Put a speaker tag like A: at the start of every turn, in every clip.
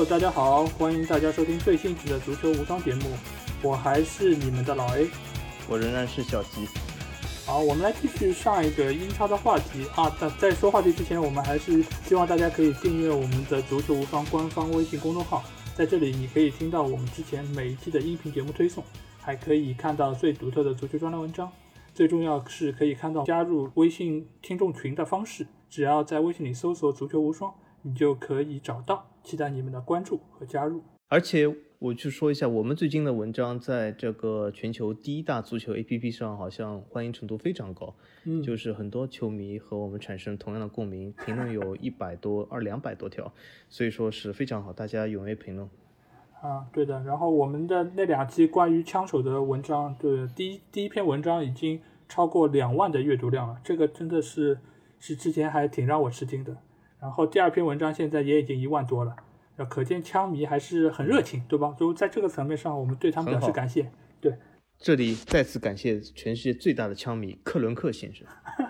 A: 大家好，欢迎大家收听最新期的足球无双节目，我还是你们的老 A，
B: 我仍然是小吉。
A: 好，我们来继续上一个英超的话题啊。在说话题之前，我们还是希望大家可以订阅我们的足球无双官方微信公众号，在这里你可以听到我们之前每一期的音频节目推送，还可以看到最独特的足球专栏文章，最重要是可以看到加入微信听众群的方式，只要在微信里搜索足球无双，你就可以找到，期待你们的关注和加入。
B: 而且我去说一下，我们最近的文章在这个全球第一大足球 APP 上好像欢迎程度非常高，就是很多球迷和我们产生同样的共鸣，评论有100多、200多条，所以说是非常好，大家踊跃评论。
A: 对的。然后我们的那2期关于枪手的文章，对，第一篇文章已经超过2万的阅读量了，这个真的是之前还挺让我吃惊的。然后第2篇文章现在也已经1万多了，可见枪迷还是很热情，对吧？就在这个层面上，我们对他们表示感谢。对，
B: 这里再次感谢全世界最大的枪迷克伦克先生，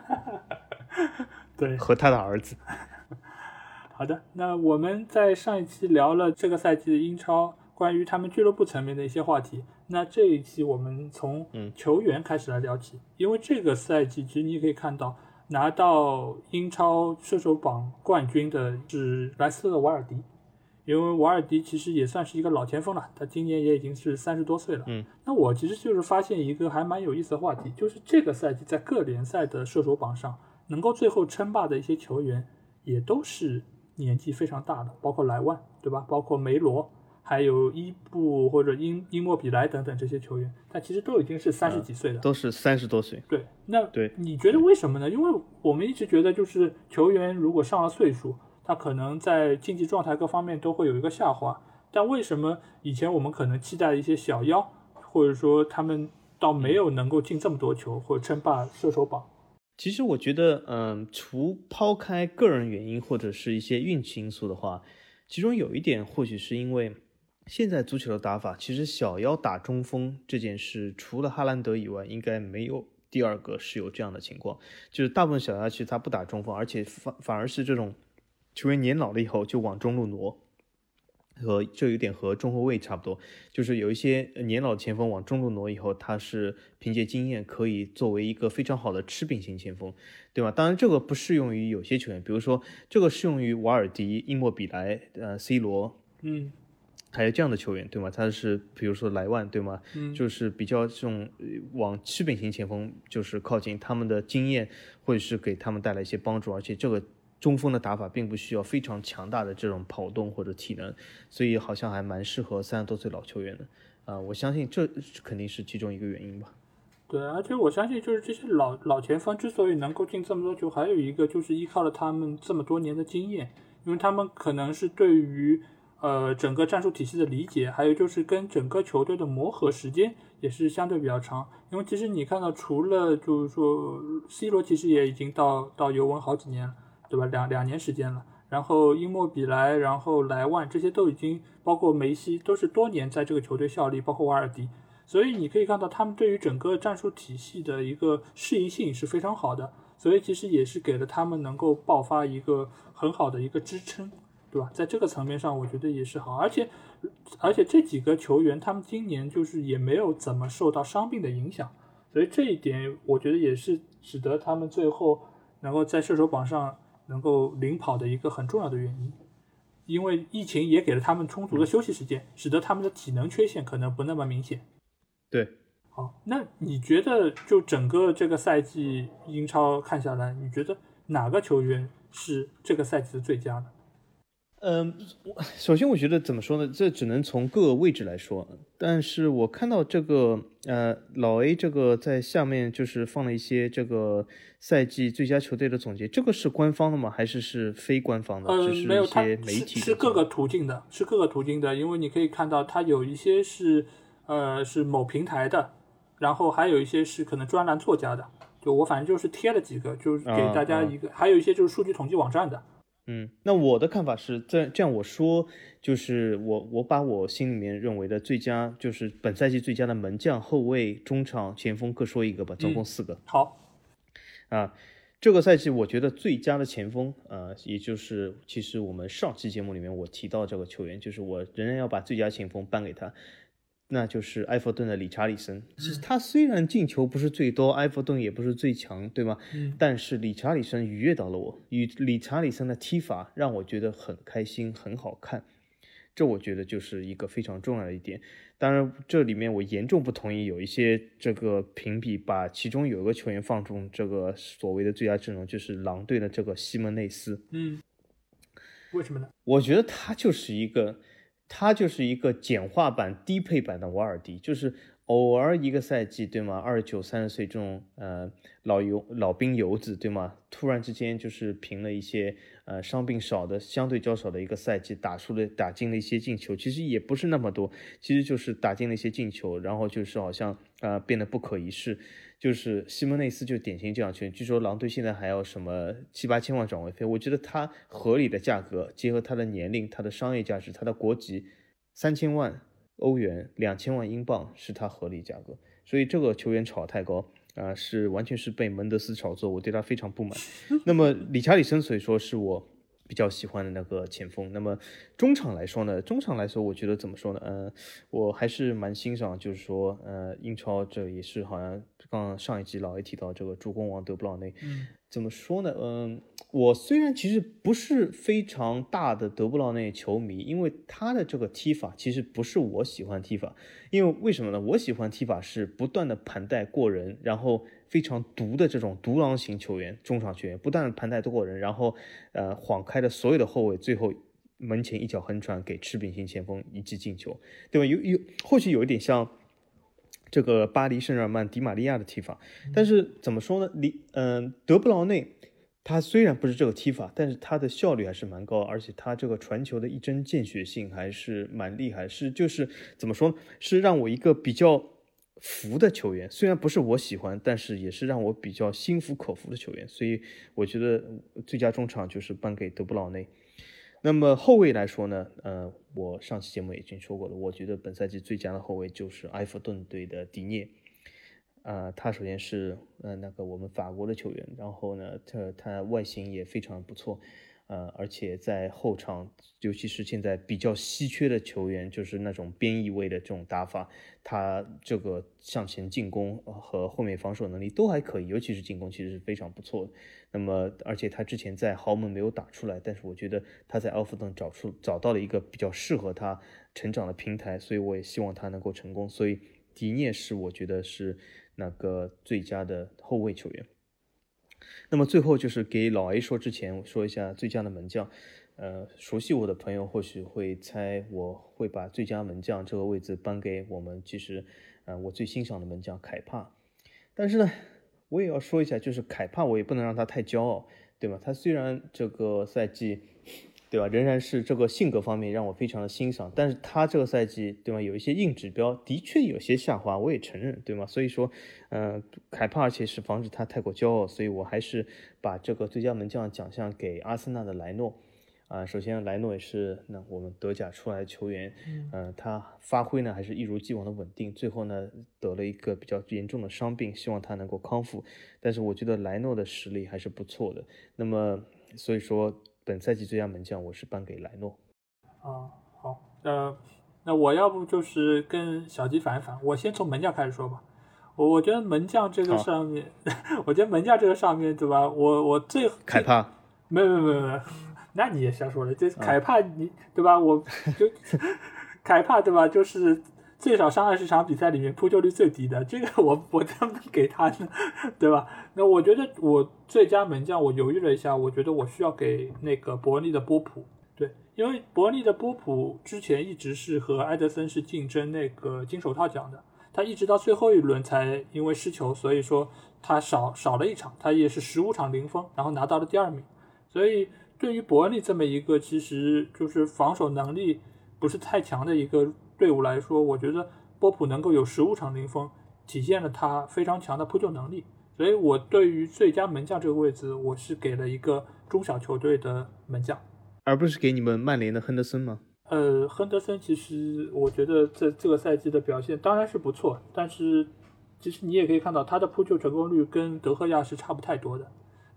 A: 对，
B: 和他的儿子。
A: 好的，那我们在上一期聊了这个赛季的英超关于他们俱乐部层面的一些话题，那这一期我们从球员开始来聊起，因为这个赛季其实你可以看到，拿到英超射手榜冠军的是莱斯特的瓦尔迪，因为瓦尔迪其实也算是一个老前锋了，他今年也已经是30多岁了。那我其实就是发现一个还蛮有意思的话题，就是这个赛季在各联赛的射手榜上，能够最后称霸的一些球员也都是年纪非常大的，包括莱万，对吧？包括梅罗，还有伊布或者因莫比莱等等这些球员，他其实都已经是30几岁了，
B: 都是30多岁。
A: 对，那你觉得为什么呢？因为我们一直觉得，就是球员如果上了岁数，他可能在竞技状态各方面都会有一个下滑，但为什么以前我们可能期待的一些小妖，或者说他们倒没有能够进这么多球或者称霸射手榜？
B: 其实我觉得，除抛开个人原因或者是一些运气因素的话，其中有一点或许是因为现在足球的打法，其实小妖打中锋这件事，除了哈兰德以外，应该没有第二个是有这样的情况。就是大部分小妖其实他不打中锋，而且反而是这种球员年老了以后就往中路挪。这有点和中后卫差不多，就是有一些年老前锋往中路挪以后，他是凭借经验可以作为一个非常好的吃饼型前锋，对吧？当然这个不适用于有些球员，比如说这个适用于瓦尔迪、因莫比莱、C 罗，还有这样的球员，对吗？他是比如说莱万，对吗？就是比较这种往吃饼型前锋就是靠近，他们的经验会是给他们带来一些帮助，而且这个中锋的打法并不需要非常强大的这种跑动或者体能，所以好像还蛮适合30多岁老球员的。我相信这肯定是其中一个原因吧。
A: 对，而且我相信就是这些老前锋之所以能够进这么多球，还有一个就是依靠了他们这么多年的经验，因为他们可能是对于整个战术体系的理解，还有就是跟整个球队的磨合时间也是相对比较长。因为其实你看到，除了就是说 C 罗其实也已经到尤文好几年了，对吧？两年时间了。然后因莫比莱，然后莱万，这些都已经包括梅西，都是多年在这个球队效力，包括瓦尔迪。所以你可以看到，他们对于整个战术体系的一个适应性是非常好的，所以其实也是给了他们能够爆发一个很好的一个支撑，对吧？在这个层面上，我觉得也是好。而且这几个球员，他们今年就是也没有怎么受到伤病的影响，所以这一点我觉得也是使得他们最后能够在射手榜上能够领跑的一个很重要的原因。因为疫情也给了他们充足的休息时间，使得他们的体能缺陷可能不那么明显。
B: 对，
A: 好，那你觉得就整个这个赛季英超看下来，你觉得哪个球员是这个赛季的最佳呢？
B: 首先我觉得怎么说呢，这只能从各个位置来说，但是我看到这个老 A 这个在下面就是放了一些这个赛季最佳球队的总结，这个是官方的吗？还是非官方的？只是一些媒体的
A: 是各个途径的，因为你可以看到它有一些是某平台的，然后还有一些是可能专栏作家的，就我反正就是贴了几个，就是给大家一个，还有一些就是数据统计网站的。
B: 那我的看法是这样，我说就是我把我心里面认为的最佳，就是本赛季最佳的门将、后卫、中场、前锋各说一个吧，总共4个。
A: 好，
B: 这个赛季我觉得最佳的前锋，也就是其实我们上期节目里面我提到这个球员，就是我仍然要把最佳前锋颁给他，那就是埃弗顿的理查里森。其实他虽然进球不是最多，埃弗顿也不是最强，对吗？但是理查里森愉悦到了我，理查里森的踢法让我觉得很开心，很好看。这我觉得就是一个非常重要的一点。当然，这里面我严重不同意有一些这个评比把其中有一个球员放中这个所谓的最佳阵容，就是狼队的这个西蒙内斯。
A: 为什么呢？
B: 我觉得他就是一个简化版、低配版的瓦尔迪，就是偶尔一个赛季，对吗？29、30岁这种老兵游子，对吗？突然之间就是凭了一些伤病相对较少的一个赛季，打进了一些进球，其实也不是那么多，其实就是打进了一些进球，然后就是好像变得不可一世。就是西蒙内斯就典型这样球员，据说狼队现在还要什么7、8千万转会费，我觉得他合理的价格，结合他的年龄、他的商业价值、他的国籍，3000万欧元、2000万英镑是他合理价格，所以这个球员炒太高是完全是被门德斯炒作，我对他非常不满。那么理查里森所以说是我比较喜欢的那个前锋。那么中场来说，我觉得怎么说呢？我还是蛮欣赏，就是说，英超这也是好像刚刚上一集老 A 提到这个助攻王德布劳内，怎么说呢？我虽然其实不是非常大的德布劳内球迷，因为他的这个踢法其实不是我喜欢踢法。因为什么呢？我喜欢踢法是不断的盘带过人，然后非常毒的这种独狼型球员，中场球员不断的盘带过人，然后晃开的所有的后卫，最后门前一脚横传给吃饼型前锋一记进球，对吧？或许有一点像这个巴黎圣日耳曼迪玛利亚的踢法，但是怎么说呢？德布劳内他虽然不是这个踢法，但是他的效率还是蛮高，而且他这个传球的一针见血性还是蛮厉害，就是怎么说呢？是让我一个比较服的球员，虽然不是我喜欢，但是也是让我比较心服口服的球员，所以我觉得最佳中场就是颁给德布劳内。那么后卫来说呢，我上期节目已经说过了，我觉得本赛季最佳的后卫就是埃弗顿队的迪涅。他首先是那个我们法国的球员，然后呢，他外形也非常不错，而且在后场，尤其是现在比较稀缺的球员，就是那种边翼位的这种打法，他这个向前进攻和后面防守能力都还可以，尤其是进攻其实是非常不错的。那么，而且他之前在豪门没有打出来，但是我觉得他在奥弗顿找到了一个比较适合他成长的平台，所以我也希望他能够成功。所以迪涅是我觉得是那个最佳的后卫球员。那么最后就是给老 A 说之前，我说一下最佳的门将。熟悉我的朋友或许会猜我会把最佳门将这个位置颁给我们其实我最欣赏的门将凯帕。但是呢，我也要说一下，就是凯帕我也不能让他太骄傲，对吧？他虽然这个赛季，对吧，仍然是这个性格方面让我非常的欣赏，但是他这个赛季，对吧，有一些硬指标的确有些下滑，我也承认，对吗？所以说，凯帕而且是防止他太过骄傲，所以我还是把这个最佳门将奖项给阿森纳的莱诺。首先莱诺也是我们德甲出来的球员，他发挥呢还是一如既往的稳定，最后呢得了一个比较严重的伤病，希望他能够康复。但是我觉得莱诺的实力还是不错的。那么所以说本赛季最佳门将我是颁给莱诺。
A: 好，那我要不就是跟小吉反一反，我先从门将开始说吧。我觉得门将这个上面，我觉得门将这个上面，对吧？我最
B: 凯帕，
A: 没有。那你也瞎说了，这凯帕你对吧？我就凯帕对吧？就是最少上20场比赛里面扑救率最低的，这个我怎么能给他呢？对吧？那我觉得我最佳门将，我犹豫了一下，我觉得我需要给那个伯恩利的波普。对，因为伯恩利的波普之前一直是和埃德森是竞争那个金手套奖的，他一直到最后一轮才因为失球，所以说他少了一场，他也是15场0分，然后拿到了第2名，所以。对于伯恩利这么一个其实就是防守能力不是太强的一个队伍来说，我觉得波普能够有15场0分，体现了他非常强的扑救能力。所以我对于最佳门将这个位置，我是给了一个中小球队的门将，
B: 而不是给你们曼联的亨德森吗？
A: 亨德森其实我觉得这个赛季的表现当然是不错，但是其实你也可以看到他的扑救成功率跟德赫亚是差不太多的。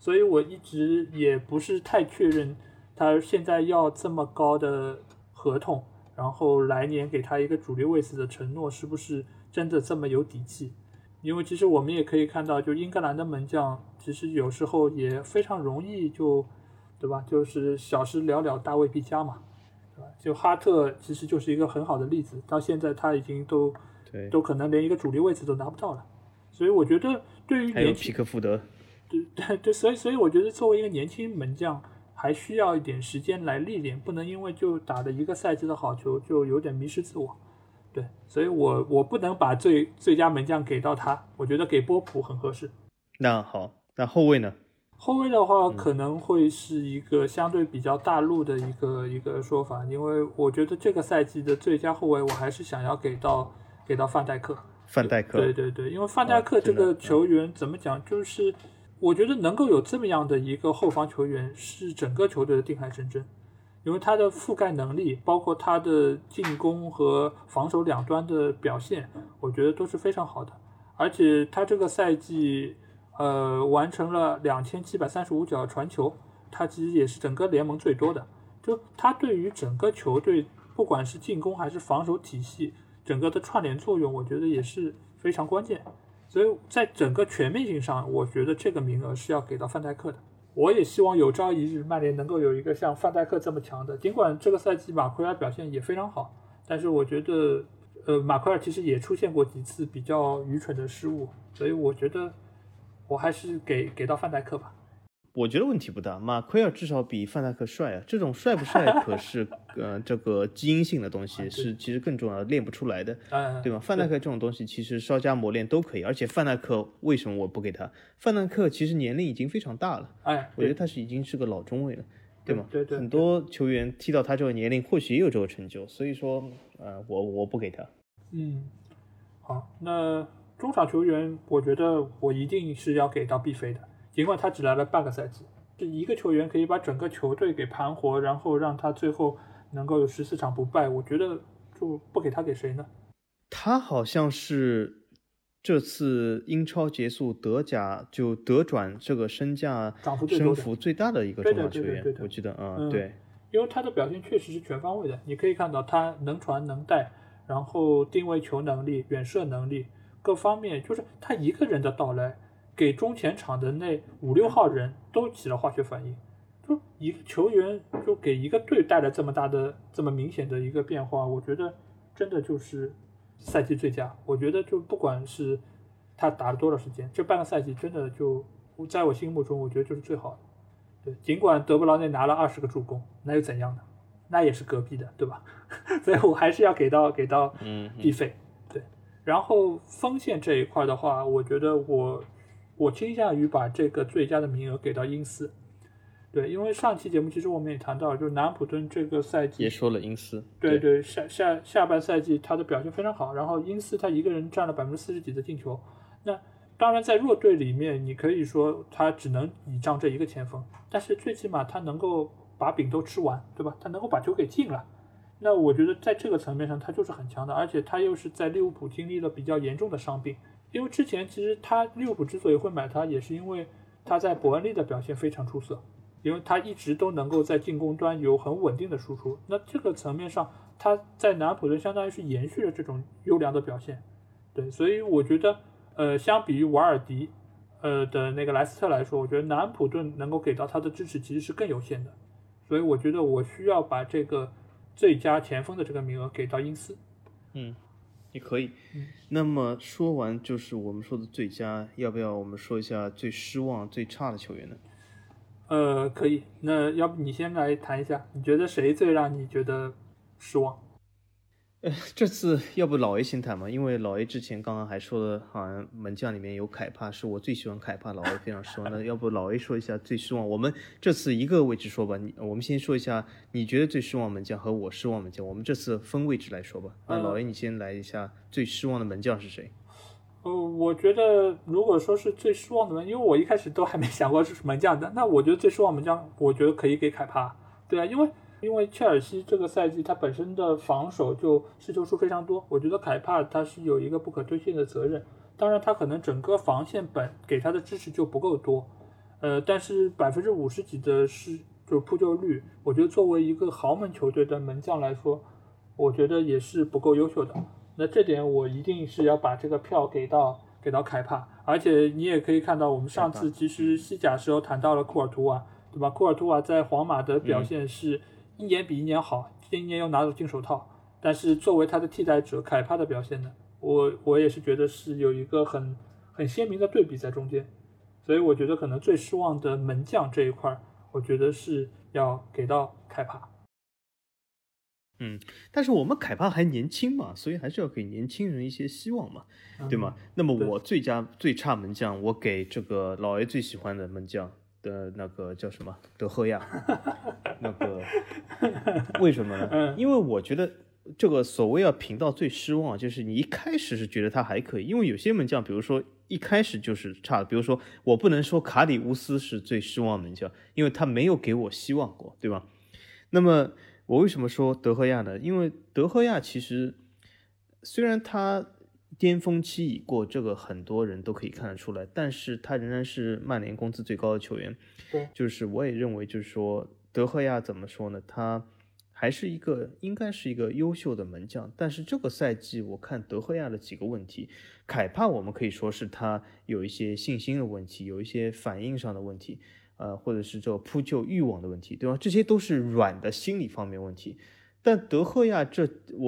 A: 所以我一直也不是太确认他现在要这么高的合同，然后来年给他一个主力位置的承诺是不是真的这么有底气。因为其实我们也可以看到，就英格兰的门将其实有时候也非常容易就，对吧？就是小事了了，大未必佳嘛，对吧？就哈特其实就是一个很好的例子，到现在他已经都可能连一个主力位置都拿不到了。所以我觉得对于
B: 还有皮克福德，
A: 对，所以我觉得作为一个年轻门将，还需要一点时间来历练，不能因为就打了一个赛季的好球就有点迷失自我。对，所以我不能把最佳门将给到他，我觉得给波普很合适。
B: 那好，那后卫呢？
A: 后卫的话可能会是一个相对比较大陆的一个说法，因为我觉得这个赛季的最佳后卫我还是想要给到范戴克。对，因为范戴克这个球员怎么讲，就是我觉得能够有这么样的一个后防球员，是整个球队的定海神针。因为他的覆盖能力，包括他的进攻和防守两端的表现，我觉得都是非常好的。而且他这个赛季，完成了2735脚传球，他其实也是整个联盟最多的。就他对于整个球队，不管是进攻还是防守体系，整个的串联作用，我觉得也是非常关键。所以在整个全面性上，我觉得这个名额是要给到范戴克的。我也希望有朝一日曼联能够有一个像范戴克这么强的，尽管这个赛季马奎尔表现也非常好，但是我觉得马奎尔其实也出现过几次比较愚蠢的失误，所以我觉得我还是给到范戴克吧。
B: 我觉得问题不大，马奎尔至少比范戴克帅啊。这种帅不帅可是这个基因性的东西是其实更重要的，练不出来的，对吗？范戴克这种东西其实稍加磨练都可以，而且范戴克为什么我不给他？范戴克其实年龄已经非常大了，我觉得他已经是个老中卫了，对吗？
A: 对，
B: 很多球员踢到他这个年龄，或许也有这个成就，所以说我不给他。
A: 好，那中场球员，我觉得我一定是要给到毕飞的。尽管他只来了半个赛季，这一个球员可以把整个球队给盘活，然后让他最后能够有14场不败，我觉得就不给他给谁呢？
B: 他好像是这次英超结束德甲就德转这个身价升幅最大的一个中场球员，我记得对，
A: 因为他的表现确实是全方位的，你可以看到他能传能带，然后定位球能力、远射能力各方面，就是他一个人的到来。给中前场的那5、6号人都起了化学反应，就一个球员就给一个队带来这么明显的一个变化，我觉得真的就是赛季最佳。我觉得就不管是他打了多少时间，这半个赛季真的就在我心目中，我觉得就是最好的。对，尽管德布劳内拿了20个助攻，那又怎样呢？那也是隔壁的，对吧？所以我还是要给到毕费。对，然后锋线这一块的话，我觉得我倾向于把这个最佳的名额给到因斯，对，因为上期节目其实我们也谈到，就是南安普顿这个赛季
B: 也说了因斯，
A: 对，下半赛季他的表现非常好，然后因斯他一个人占了40%几的进球，那当然在弱队里面，你可以说他只能倚仗这一个前锋，但是最起码他能够把饼都吃完，对吧？他能够把球给进了，那我觉得在这个层面上他就是很强的，而且他又是在利物浦经历了比较严重的伤病。因为之前其实利物浦之所以会买他，也是因为他在伯恩利的表现非常出色，因为他一直都能够在进攻端有很稳定的输出。那这个层面上，他在南安普顿相当于是延续了这种优良的表现。对，所以我觉得，相比于瓦尔迪，的那个莱斯特来说，我觉得南安普顿能够给到他的支持其实是更有限的。所以我觉得我需要把这个最佳前锋的这个名额给到因斯。
B: 也可以。那么说完就是我们说的最佳，要不要我们说一下最失望、最差的球员呢？
A: 可以。那要不你先来谈一下，你觉得谁最让你觉得失望？
B: 这次要不老 A 先谈嘛？因为老 A 之前刚刚还说了，好像门将里面有凯帕，是我最喜欢凯帕，老 A 非常失望。那要不老 A 说一下最失望？我们这次一个位置说吧，我们先说一下你觉得最失望门将和我失望门将，我们这次分位置来说吧。那老 A 你先来一下最失望的门将是谁？
A: 我觉得如果说是最失望的门，因为我一开始都还没想过是门将的，那我觉得最失望门将，我觉得可以给凯帕。对啊，因为切尔西这个赛季它本身的防守就失球数非常多，我觉得凯帕他是有一个不可推卸的责任。当然他可能整个防线给他的支持就不够多， 但是50%几的就扑救率，我觉得作为一个豪门球队的门将来说，我觉得也是不够优秀的。那这点我一定是要把这个票给到凯帕，而且你也可以看到，我们上次其实西甲时候谈到了库尔图瓦，对吧？库尔图瓦在皇马的表现是一年比一年好，今年又拿到金手套，但是作为他的替代者凯帕的表现呢，我也是觉得是有一个很鲜明的对比在中间，所以我觉得可能最失望的门将这一块，我觉得是要给到凯帕。
B: 但是我们凯帕还年轻嘛，所以还是要给年轻人一些希望嘛，对吗？那么我最差门将，我给这个老 A 最喜欢的门将的那个叫什么德赫亚，那个为什么呢？因为我觉得这个所谓要评到最失望，就是你一开始是觉得他还可以，因为有些门将，比如说一开始就是差的，比如说我不能说卡里乌斯是最失望门将，因为他没有给我希望过，对吧？那么我为什么说德赫亚呢？因为德赫亚其实虽然他巅峰期已过，这个很多人都可以看得出来，但是他仍然是曼联工资最高的球员。
A: 对，
B: 就是我也认为，就是说德赫亚怎么说呢？他还是应该是一个优秀的门将，但是这个赛季我看德赫亚的几个问题，凯帕我们可以说是他有一些信心的问题，有一些反应上的问题。或者是这个扑救欲望的问题，对吧？这些都是软的心理方面问题。但德赫亚这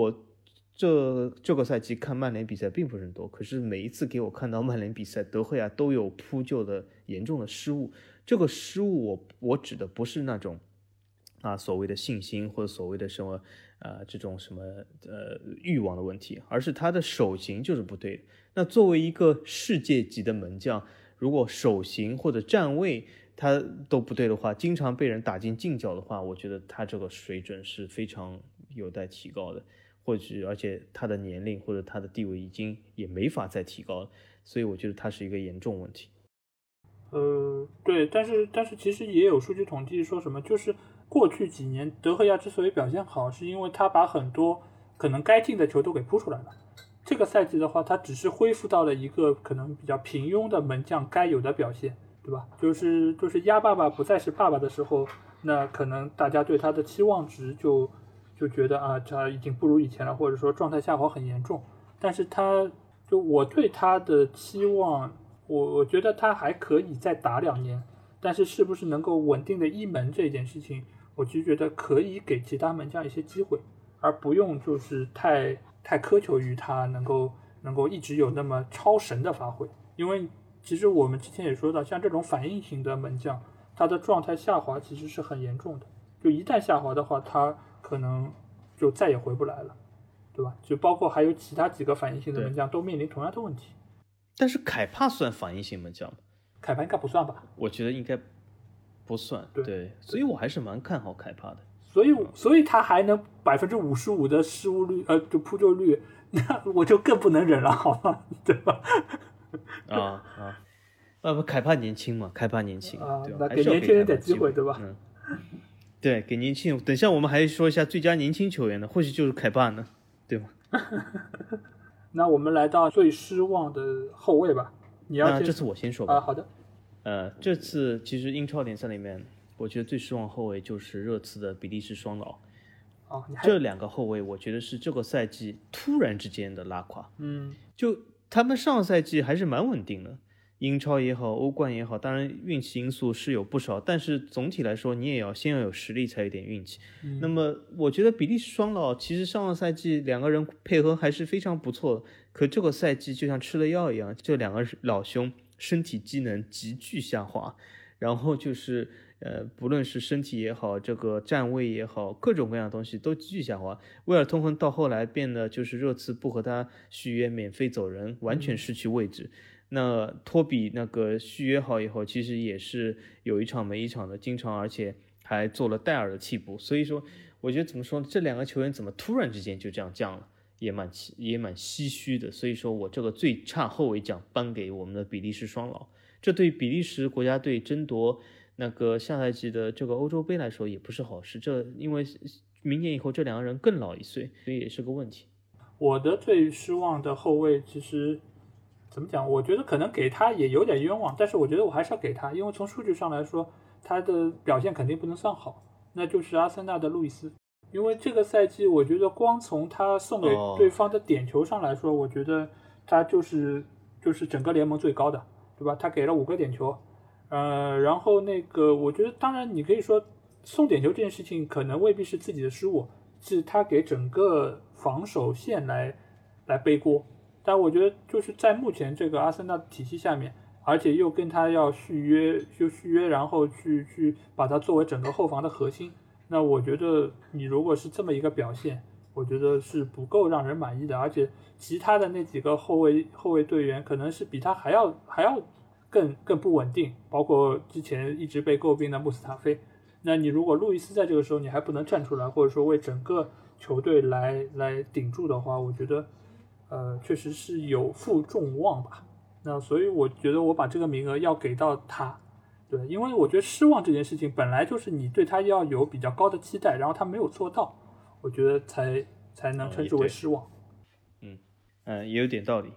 B: 个赛季看曼联比赛并不是很多，可是每一次给我看到曼联比赛，德赫亚都有扑救的严重的失误。这个失误我指的不是那种所谓的信心或者所谓的什么这种什么欲望的问题，而是他的手型就是不对的。那作为一个世界级的门将，如果手型或者站位他都不对的话，经常被人打进禁角的话，我觉得他这个水准是非常有待提高的，而且他的年龄或者他的地位也没法再提高了，所以我觉得他是一个严重问题。
A: 对，但是其实也有数据统计说什么，就是过去几年德赫亚之所以表现好，是因为他把很多可能该进的球都给扑出来了。这个赛季的话，他只是恢复到了一个可能比较平庸的门将该有的表现。对吧？就是鸭爸爸不再是爸爸的时候，那可能大家对他的期望值就觉得他已经不如以前了，或者说状态下滑很严重。但是我对他的期望，我觉得他还可以再打2年，但是是不是能够稳定的一门这件事情，我就觉得可以给其他门将一些机会，而不用就是太苛求于他能够一直有那么超神的发挥，因为。其实我们之前也说到，像这种反应型的门将，他的状态下滑其实是很严重的。就一旦下滑的话，他可能就再也回不来了，对吧？就包括还有其他几个反应型的门将都面临同样的问题。
B: 但是凯帕算反应型门将吗？
A: 凯帕应该不算吧？
B: 我觉得应该不算。对，所以我还是蛮看好凯帕的。
A: 所以他还能55%的失误率，就扑救率，那我就更不能忍了，好吗？对吧？
B: 凯帕年轻嘛，凯帕年轻对吧？
A: 给年轻人点机会，对吧？
B: 对，给年轻人。等一下我们还说一下最佳年轻球员呢，或许就是凯帕呢，对吗？
A: 那我们来到最失望的后卫吧，你要
B: 这次我先说吧。
A: 好的。
B: 这次其实英超联赛里面，我觉得最失望后卫就是热刺的比利时双老。这2个后卫，我觉得是这个赛季突然之间的拉垮。就他们上赛季还是蛮稳定的，英超也好，欧冠也好，当然运气因素是有不少，但是总体来说，你也要先要有实力，才有点运气。那么，我觉得比利时双老其实上个赛季2个人配合还是非常不错的，可这个赛季就像吃了药一样，这2个老兄身体机能急剧下滑，然后就是不论是身体也好，这个站位也好，各种各样的东西都急剧下滑。威尔通亨到后来变得就是热刺不和他续约，免费走人，完全失去位置。那托比那个续约好以后，其实也是有一场没一场的，经常而且还做了戴尔的替补。所以说，我觉得怎么说呢？这2个球员怎么突然之间就这样降了，也蛮唏嘘的。所以说我这个最差后卫奖颁给我们的比利时双老。这对比利时国家队争夺那个下赛季的这个欧洲杯来说也不是好事，因为明年以后这2个人更老1岁，所以也是个问题。
A: 我的最失望的后卫其实怎么讲？我觉得可能给他也有点冤枉，但是我觉得我还是要给他，因为从数据上来说，他的表现肯定不能算好，那就是阿森纳的路易斯。因为这个赛季，我觉得光从他送给对方的点球上来说，我觉得他就是整个联盟最高的，对吧？他给了5个点球，然后那个我觉得，当然你可以说送点球这件事情可能未必是自己的失误，是他给整个防守线来背锅。但我觉得就是在目前这个阿森纳的体系下面，而且又跟他要续约，然后去把他作为整个后防的核心。那我觉得你如果是这么一个表现，我觉得是不够让人满意的，而且其他的那几个后卫队员可能是比他还要更不稳定，包括之前一直被诟病的穆斯塔菲。那你如果路易斯在这个时候你还不能站出来，或者说为整个球队来顶住的话，我觉得确实是有负众望吧。那所以我觉得我把这个名额要给到他。对，因为我觉得失望这件事情本来就是你对他要有比较高的期待，然后他没有做到，我觉得才能称之为失望。
B: 也有点道理，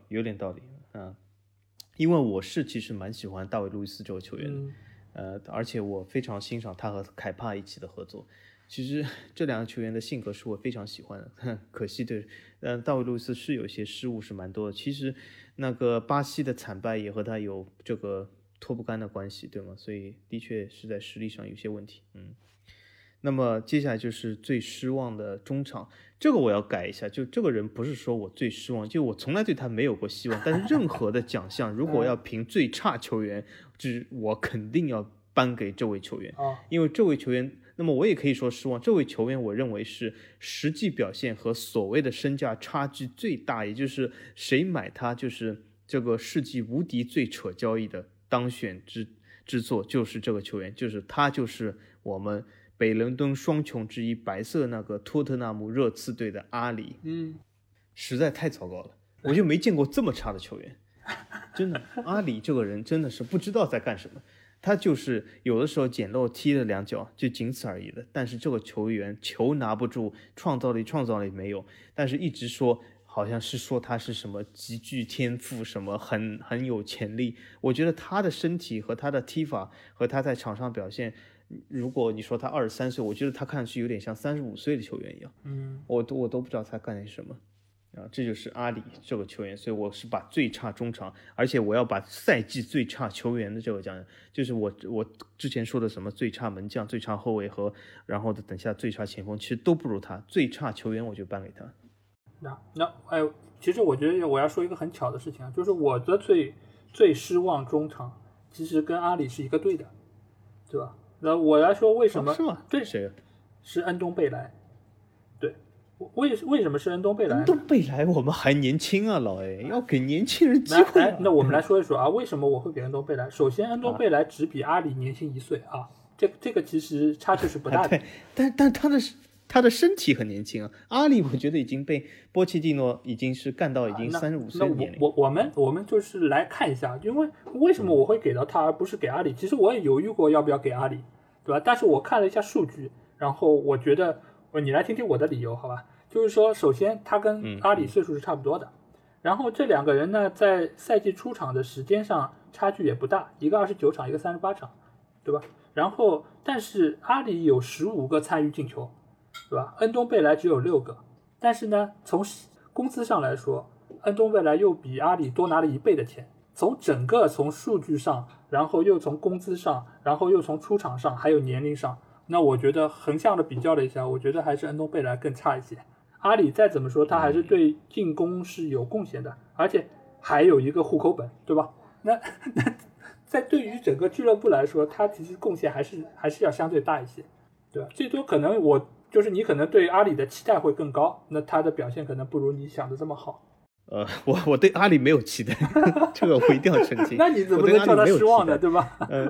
B: 因为我是其实蛮喜欢大卫·路易斯这个球员的，而且我非常欣赏他和凯帕一起的合作。其实这两个球员的性格是我非常喜欢的，可惜对，大卫·路易斯是有些失误是蛮多的。其实那个巴西的惨败也和他有这个脱不干的关系，对吗？所以的确是在实力上有些问题。那么接下来就是最失望的中场，这个我要改一下，就这个人不是说我最失望，就我从来对他没有过希望，但是任何的奖项如果要评最差球员，就是我肯定要颁给这位球员，因为这位球员，那么我也可以说失望，这位球员我认为是实际表现和所谓的身价差距最大，也就是谁买他就是这个世纪无敌最扯交易的当选之作，就是这个球员，就是他，就是我们北伦敦双雄之一白色那个托特纳姆热刺队的阿里。实在太糟糕了，我就没见过这么差的球员，真的。阿里这个人真的是不知道在干什么，他就是有的时候捡漏踢了2脚，就仅此而已了。但是这个球员球拿不住，创造力没有，但是一直说好像是说他是什么极具天赋，什么很有潜力。我觉得他的身体和他的踢法和他在场上表现，如果你说他23岁，我觉得他看上去有点像35岁的球员一样。我都不知道他干点什么这就是阿里这个球员。所以我是把最差中场，而且我要把赛季最差球员的这个奖，就是我之前说的什么最差门将、最差后卫和然后等下最差前锋，其实都不如他。最差球员我就颁给他。
A: 其实我觉得我要说一个很巧的事情就是我的最失望中场其实跟阿里是一个队的，对吧？那我来说为什么？
B: 是吗？
A: 对，
B: 谁？
A: 是恩东贝莱。对，为什么是恩东贝莱？
B: 恩东贝莱我们还年轻啊，老 A 要给年轻人机会
A: 那我们来说一说为什么我会给恩东贝莱？首先，恩东贝莱只比阿里年轻1岁这个其实差距是不大的。
B: 对，但他的身体很年轻啊。阿里我觉得已经被波切蒂诺已经是干到已经35岁的年龄。
A: 我们就是来看一下，因为什么我会给到他而不是给阿里？其实我也犹豫过要不要给阿里，对吧？但是我看了一下数据，然后我觉得你来听听我的理由，好吧？就是说，首先他跟阿里岁数是差不多的，然后这两个人呢，在赛季出场的时间上差距也不大，一个29场，一个38场，对吧？然后，但是阿里有15个参与进球，对吧？恩东贝莱只有6个，但是呢，从工资上来说，恩东贝莱又比阿里多拿了1倍的钱。从数据上，然后又从工资上，然后又从出场上，还有年龄上，那我觉得横向的比较了一下，我觉得还是恩东贝莱更差一些。阿里再怎么说，他还是对进攻是有贡献的，而且还有一个户口本，对吧？那在对于整个俱乐部来说，他其实贡献还是要相对大一些，对吧？最多可能你可能对阿里的期待会更高，那他的表现可能不如你想的这么好。
B: 我对阿里没有期待，这个我一定要澄清。
A: 那你怎么能叫他失望呢？对吧？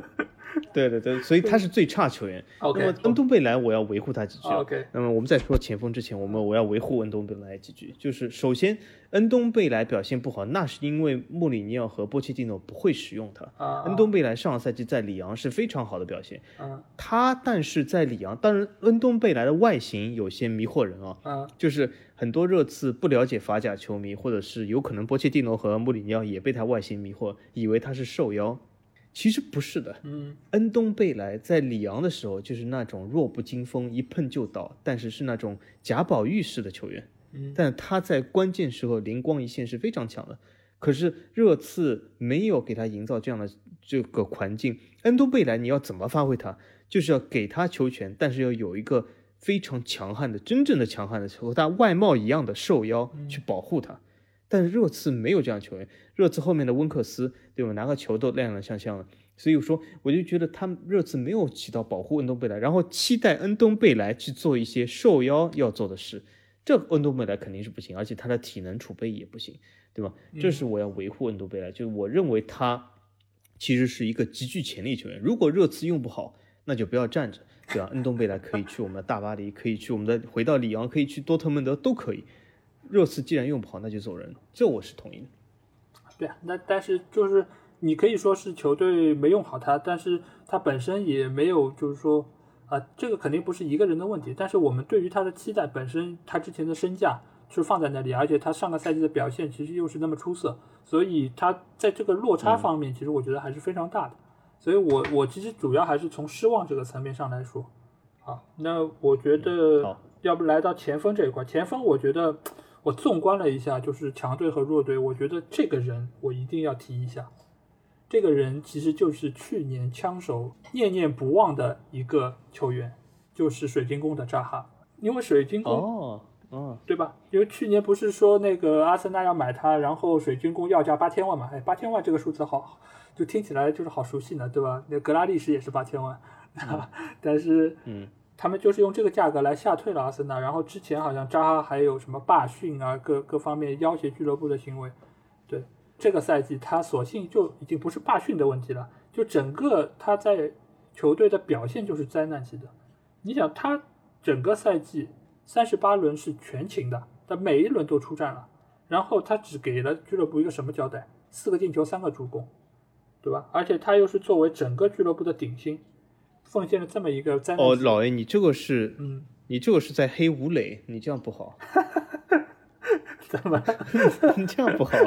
B: 对对对，所以他是最差球员。
A: OK，
B: 那么恩东贝莱我要维护他几句。
A: OK，
B: 那么我们在说前锋之前，我要维护恩东贝莱几句。就是首先，恩东贝莱表现不好，那是因为穆里尼奥和波切蒂诺不会使用他。恩东贝莱上个赛季在里昂是非常好的表现。但是在里昂，当然恩东贝莱的外形有些迷惑人啊。就是很多热刺不了解法甲球迷，或者是有可能波切蒂诺和穆里尼奥也被他外形迷惑，以为他是瘦腰。其实不是的，恩东贝莱在里昂的时候就是那种弱不禁风，一碰就倒，但是是那种贾宝玉式的球员。但他在关键时候灵光一现是非常强的。可是热刺没有给他营造这样的这个环境。恩东贝莱你要怎么发挥他，就是要给他球权，但是要有一个非常强悍的、真正的强悍的和他外貌一样的瘦腰去保护他。但是热刺没有这样球员，热刺后面的温克斯，对吧？拿个球都踉踉跄跄的，所以说我就觉得他们热刺没有起到保护恩东贝莱，然后期待恩东贝莱去做一些瘦腰要做的事，这恩东贝莱肯定是不行，而且他的体能储备也不行，对吧？这是我要维护恩东贝莱，就是我认为他其实是一个极具潜力球员，如果热刺用不好，那就不要站着，对吧？恩东贝莱可以去我们的大巴黎，可以去我们的回到里昂，可以去多特蒙德都可以。热刺既然用不好，那就走人，这我是同意的。
A: 对啊，但是就是你可以说是球队没用好他，但是他本身也没有就是说这个肯定不是一个人的问题，但是我们对于他的期待本身，他之前的身价是放在那里，而且他上个赛季的表现其实又是那么出色，所以他在这个落差方面，其实我觉得还是非常大的。所以我其实主要还是从失望这个层面上来说。好，那我觉得要不来到前锋这一块，前锋我觉得。我纵观了一下，就是强队和弱队，我觉得这个人我一定要提一下。这个人其实就是去年枪手念念不忘的一个球员，就是水晶宫的扎哈。因为水晶宫，对吧？因为去年不是说那个阿森纳要买他，然后水晶宫要价8000万嘛？哎，8000万这个数字好，就听起来就是好熟悉呢，对吧？那格拉利什也是8000万，但是他们就是用这个价格来吓退了阿森纳，然后之前好像扎哈还有什么罢训啊，各方面要挟俱乐部的行为。对，这个赛季他索性就已经不是罢训的问题了，就整个他在球队的表现就是灾难级的。你想他整个赛季38轮是全勤的，他每一轮都出战了，然后他只给了俱乐部一个什么交代？4个进球3个助攻，对吧？而且他又是作为整个俱乐部的顶薪，奉献了这么一个灾难。
B: 老 A， 你这个是，你这个是在黑吴磊，你这样不好。
A: 怎么？
B: 你这样不好。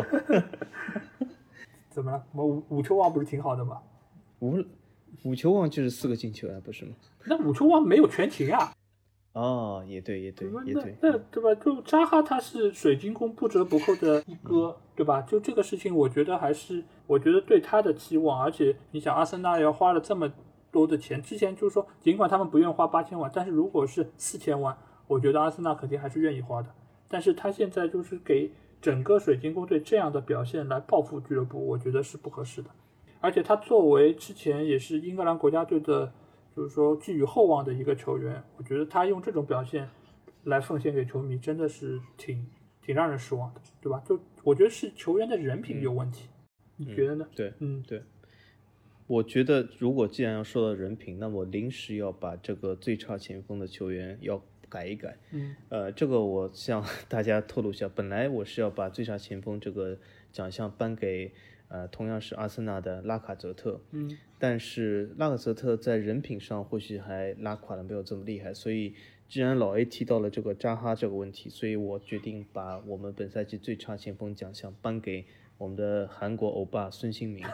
A: 怎么了？五球王不是挺好的吗？
B: 五球王就是4个进球啊，不是吗？
A: 那五球王没有全勤啊。
B: 也对。
A: 那对吧？就扎哈他是水晶宫不折不扣的一哥，对吧？就这个事情，我觉得对他的期望，而且你想阿森纳要花了这么多的钱，之前就是说尽管他们不愿意花8000万，但是如果是4000万，我觉得阿森纳肯定还是愿意花的。但是他现在就是给整个水晶宫队这样的表现来报复俱乐部，我觉得是不合适的。而且他作为之前也是英格兰国家队的，就是说寄予厚望的一个球员，我觉得他用这种表现来奉献给球迷，真的是挺让人失望的，对吧？就我觉得是球员的人品有问题，你觉得呢？
B: 对，对。我觉得如果既然要说到人品，那我临时要把这个最差前锋的球员要改一改。这个我向大家透露一下，本来我是要把最差前锋这个奖项颁给同样是阿森纳的拉卡泽特。但是拉卡泽特在人品上或许还拉垮的没有这么厉害，所以既然老 A 提到了这个扎哈这个问题，所以我决定把我们本赛季最差前锋奖项颁给我们的韩国欧巴孙兴民。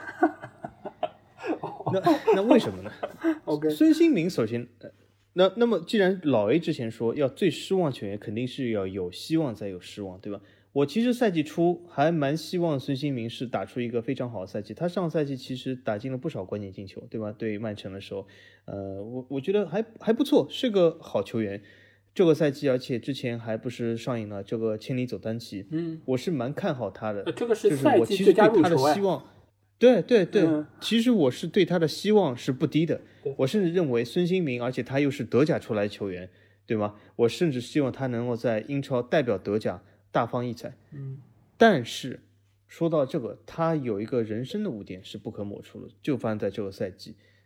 B: 那为什么呢？
A: Okay.
B: 孙兴民首先，那么既然老 A 之前说要最失望球员，肯定是要有希望再有失望，对吧？我其实赛季初还蛮希望孙兴民是打出一个非常好的赛季，他上赛季其实打进了不少关键进球，对吧？对曼城的时候，我觉得还不错，是个好球员。这个赛季，而且之前还不是上映了这个千里走单骑，我是蛮看好他的。
A: 这个是赛季最佳入球，
B: 就是我其实对他的希望。对，其实我是对他的希望是不低的。我甚至认为孙兴民，而且他又是德甲出来的球员，对吗？我甚至希望他能够在英超代表德甲大放异彩。但是说到这个，他有一个人生的污点是不可抹除的，就发生在这个赛季。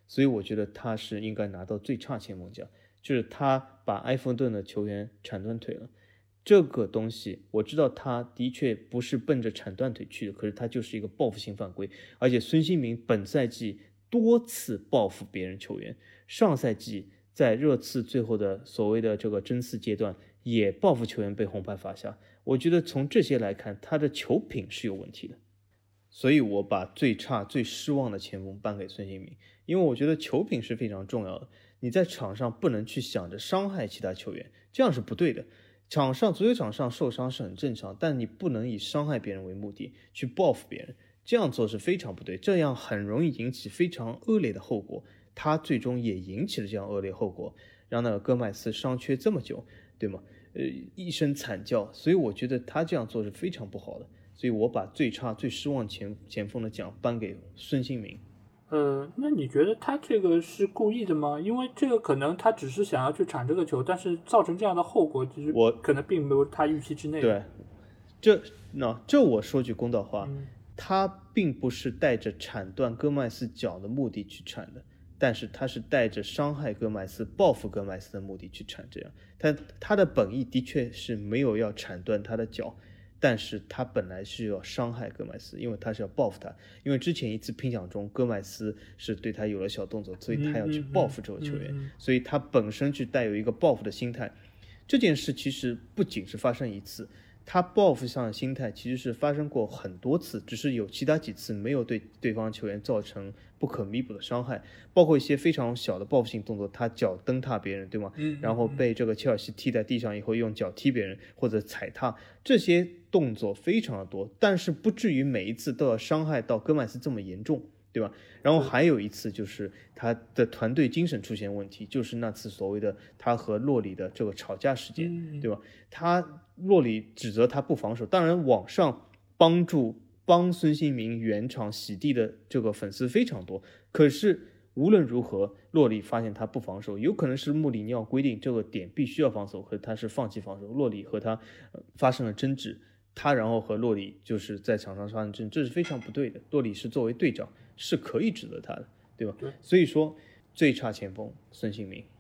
B: 所以我觉得他是应该拿到最差前锋奖，就是他把埃弗顿的球员铲断腿了。这个东西我知道他的确不是奔着铲断腿去的，可是他就是一个报复性犯规，而且孙兴民本赛季多次报复别人球员，上赛季在热刺最后的所谓的这个争四阶段也报复球员被红牌罚下。我觉得从这些来看，他的球品是有问题的，所以我把最差最失望的前锋颁给孙兴民，因为我觉得球品是非常重要的，你在场上不能去想着伤害其他球员，这样是不对的。足球场上受伤是很正常，但你不能以伤害别人为目的去报复别人，这样做是非常不对，这样很容易引起非常恶劣的后果。他最终也引起了这样恶劣后果，让那个戈麦斯伤缺这么久，对吗？一声惨叫，所以我觉得他这样做是非常不好的，所以我把最差最失望前锋的奖颁给孙兴民。
A: 那你觉得他这个是故意的吗？因为这个可能他只是想要去铲这个球，但是造成这样的后果，其实可能并没有他预期之内。
B: 对，这我说句公道话，他并不是带着铲断戈麦斯脚的目的去铲的，但是他是带着伤害戈麦斯、报复戈麦斯的目的去铲这样。他的本意的确是没有要铲断他的脚。但是他本来是要伤害戈麦斯，因为他是要报复他，因为之前一次拼抢中戈麦斯是对他有了小动作，所以他要去报复这个球员，所以他本身就带有一个报复的心态。这件事其实不仅是发生一次，他报复上的心态其实是发生过很多次，只是有其他几次没有对对方球员造成不可弥补的伤害，包括一些非常小的报复性动作，他脚蹬踏别人，对吗？然后被这个切尔西踢在地上以后用脚踢别人或者踩踏，这些动作非常的多，但是不至于每一次都要伤害到戈麦斯这么严重，对吧？然后还有一次就是他的团队精神出现问题，就是那次所谓的他和洛里的这个吵架事件，对吧？洛里指责他不防守，当然网上帮孙兴民圆场洗地的这个粉丝非常多，可是无论如何，洛里发现他不防守，有可能是穆里尼奥规定这个点必须要防守，可是他是放弃防守，洛里和他发生了争执，他然后和洛里就是在场上发生争执，这是非常不对的。洛里是作为队长是可以指责他的，对吧？
A: 对，
B: 所以说最差前锋孙兴民。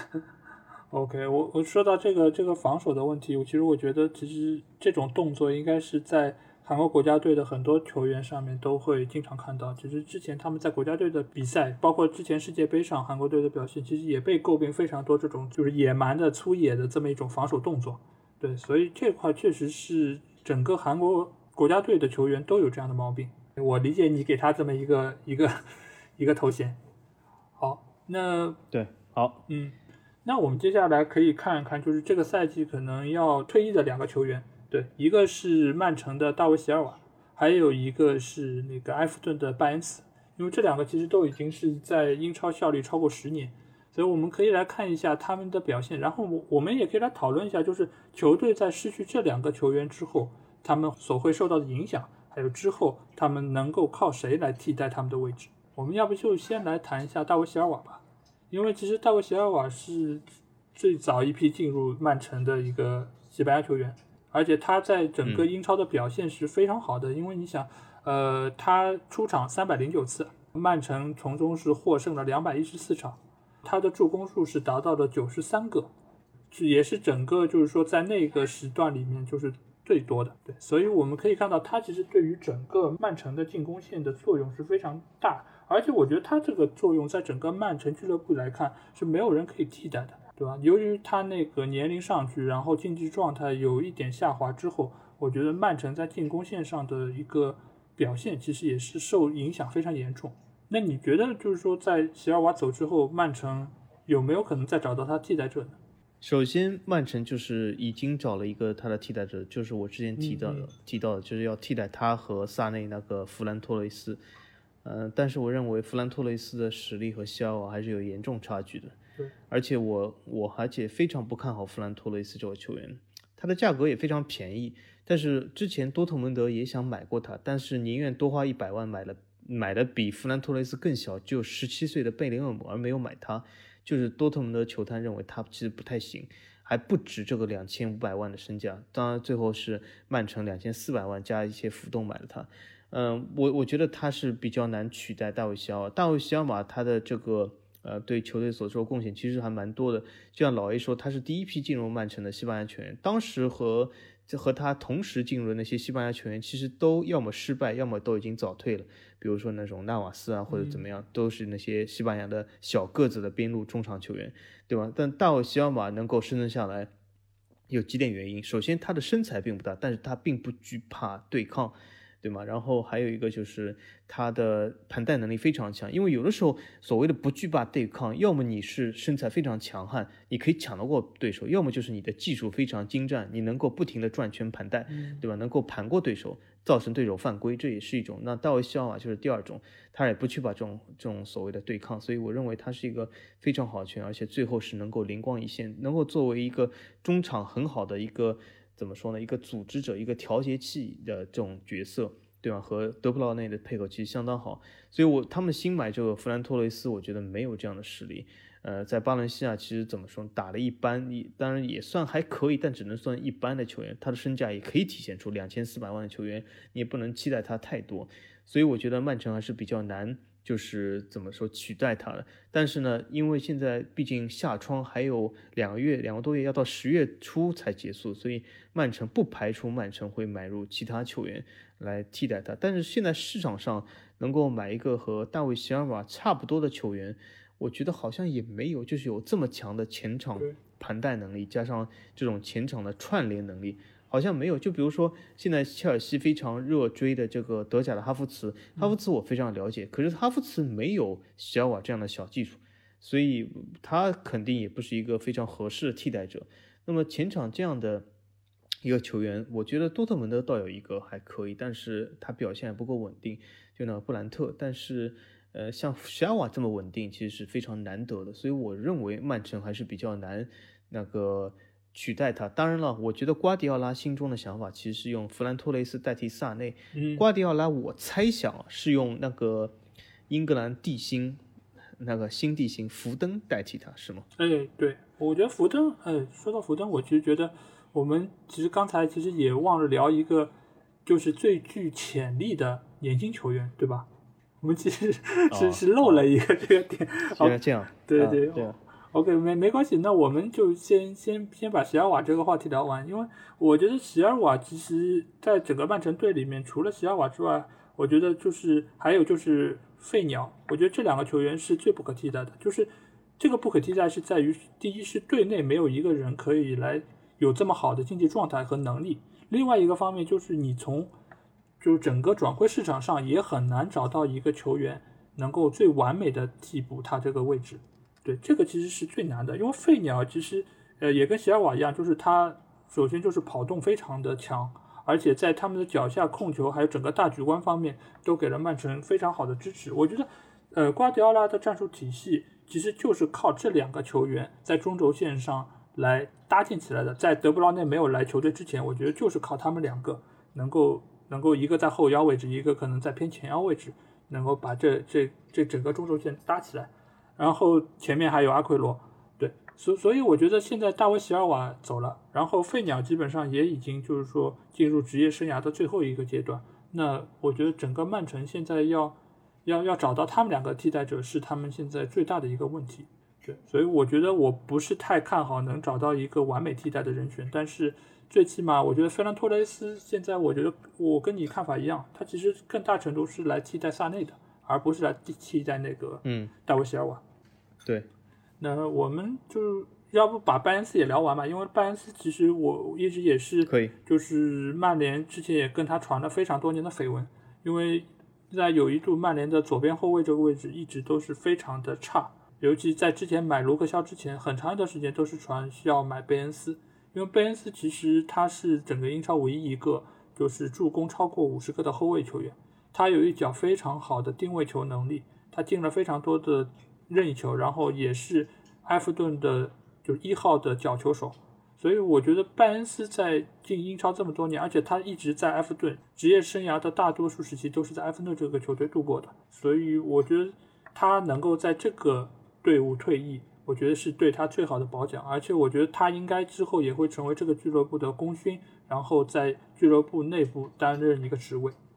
A: OK，我说到这个防守的问题，其实我觉得其实这种动作应该是在韩国国家队的很多球员上面都会经常看到。其实之前他们在国家队的比赛，包括之前世界杯上韩国队的表现，其实也被诟病非常多这种就是野蛮的粗野的这么一种防守动作。对，所以这块确实是整个韩国国家队的球员都有这样的毛病。我理解你给他这么一个头衔。好，那
B: 对，好，
A: 那我们接下来可以看一看，就是这个赛季可能要退役的两个球员，对，一个是曼城的大卫席尔瓦，还有一个是那个埃弗顿的拜恩斯，因为这两个其实都已经是在英超效力超过10年，所以我们可以来看一下他们的表现，然后我们也可以来讨论一下，就是球队在失去这两个球员之后，他们所会受到的影响，还有之后他们能够靠谁来替代他们的位置。我们要不就先来谈一下大卫席尔瓦吧。因为其实大卫席尔瓦是最早一批进入曼城的一个西班牙球员，而且他在整个英超的表现是非常好的。因为你想，他出场309次，曼城从中是获胜了214场，他的助攻数是达到了93个，也是整个就是说在那个时段里面就是最多的。对，所以我们可以看到他其实对于整个曼城的进攻线的作用是非常大。而且我觉得他这个作用在整个曼城俱乐部来看是没有人可以替代的，对吧？由于他那个年龄上去，然后竞技状态有一点下滑之后，我觉得曼城在进攻线上的一个表现其实也是受影响非常严重。那你觉得就是说在席尔瓦走之后，曼城有没有可能再找到他替代者呢？
B: 首先，曼城就是已经找了一个他的替代者，就是我之前提到的，就是要替代他和萨内那个弗兰托雷斯。但是我认为弗兰托雷斯的实力和席尔瓦还是有严重差距的。
A: 对，
B: 而且我非常不看好弗兰托雷斯这个球员，他的价格也非常便宜。但是之前多特蒙德也想买过他，但是宁愿多花100万买了比弗兰托雷斯更小，只有17岁的贝林厄姆，而没有买他。就是多特蒙德球探认为他其实不太行，还不值这个2500万的身价。当然最后是曼城2400万加一些浮动买了他。 我觉得他是比较难取代大卫席尔瓦。大卫席尔瓦他的这个对球队所做贡献其实还蛮多的。就像老 A 说，他是第一批进入曼城的西班牙球员，当时和他同时进入的那些西班牙球员，其实都要么失败，要么都已经早退了。比如说那种纳瓦斯啊，或者怎么样，都是那些西班牙的小个子的边路中场球员，对吧？但大卫席尔瓦能够生存下来，有几点原因。首先，他的身材并不大，但是他并不惧怕对抗，对吗？然后还有一个就是他的盘带能力非常强，因为有的时候所谓的不惧怕对抗，要么你是身材非常强悍，你可以抢得过对手，要么就是你的技术非常精湛，你能够不停的转圈盘带，对吧？能够盘过对手，造成对手犯规，这也是一种。那大卫席尔瓦就是第二种，他也不惧怕这种所谓的对抗，所以我认为他是一个非常好的球员，而且最后是能够灵光一现，能够作为一个中场很好的一个怎么说呢，一个组织者，一个调节器的这种角色，对吧？和德布劳内的配合其实相当好，所以他们新买这个弗兰托雷斯，我觉得没有这样的实力。在巴伦西亚其实怎么说，打了一般，当然也算还可以，但只能算一般的球员，他的身价也可以体现出2400万的球员，你也不能期待他太多。所以我觉得曼城还是比较难，就是怎么说取代他的。但是呢，因为现在毕竟夏窗还有2个多月，要到10月初才结束，所以曼城不排除曼城会买入其他球员来替代他。但是现在市场上能够买一个和大卫席尔瓦差不多的球员，我觉得好像也没有，就是有这么强的前场盘带能力，加上这种前场的串联能力，好像没有。就比如说现在切尔西非常热追的这个德甲的哈弗茨，哈弗茨我非常了解，可是哈弗茨没有席尔瓦这样的小技术，所以他肯定也不是一个非常合适的替代者。那么前场这样的一个球员，我觉得多特蒙德倒有一个还可以，但是他表现还不够稳定，就那布兰特。但是像席尔瓦这么稳定，其实是非常难得的，所以我认为曼城还是比较难取代他。当然了，我觉得瓜迪奥拉心中的想法其实是用弗兰托雷斯代替萨内。瓜迪奥拉我猜想是用那个英格兰地星新地星福登代替他，是吗？
A: 对，我觉得福登，说到福登，我其实觉得我们刚才也忘了聊一个，就是最具潜力的年轻球员，对吧？我们其实是漏了一个这个点。
B: 原来这样，
A: 对。
B: 对。
A: OK， 没关系，那我们就先把席尔瓦这个话题聊完，因为我觉得席尔瓦其实在整个曼城队里面，除了席尔瓦之外，我觉得还有费鸟，我觉得这两个球员是最不可替代的。就是这个不可替代是在于，第一是队内没有一个人可以来有这么好的竞技状态和能力，另外一个方面就是你从整个转会市场上也很难找到一个球员能够最完美的替补他这个位置。对，这个其实是最难的，因为费鸟其实也跟席尔瓦一样，就是他首先就是跑动非常的强，而且在他们的脚下控球还有整个大局观方面都给了曼城非常好的支持。我觉得瓜迪奥拉的战术体系其实就是靠这两个球员在中轴线上来搭建起来的。在德布劳内没有来球队之前，我觉得就是靠他们两个能够一个在后腰位置，一个可能在偏前腰位置，能够把这整个中轴线搭起来。然后前面还有阿奎罗，对，所以我觉得现在大卫席尔瓦走了，然后费鸟基本上也已经进入职业生涯的最后一个阶段。那我觉得整个曼城现在要找到他们两个替代者是他们现在最大的一个问题。对，所以我觉得我不是太看好能找到一个完美替代的人选，但是最起码我觉得费兰托雷斯现在我觉得我跟你看法一样，他其实更大程度是来替代萨内的，而不是来替代那个大卫席尔瓦。
B: 对，
A: 那我们要不把拜恩斯也聊完吧，因为拜恩斯其实我一直也是
B: 可以，
A: 就是曼联之前也跟他传了非常多年的绯闻，因为在有一度曼联的左边后卫这个位置一直都是非常的差，尤其在之前买卢克肖之前，很长一段时间都是传需要买贝恩斯，因为贝恩斯其实他是整个英超唯一一个就是助攻超过50个的后卫球员，他有一脚非常好的定位球能力，他进了非常多的任意球，然后也是埃弗顿的1号的角球手，所以我觉得拜恩斯在进英超这么多年，而且他一直在埃弗顿职业生涯的大多数时期都是在埃弗顿这个球队度过的，所以我觉得他能够在这个队伍退役，我觉得是对他最好的褒奖，而且我觉得他应该之后也会成为这个俱乐部的功勋，然后在俱乐部内部担任一个职位。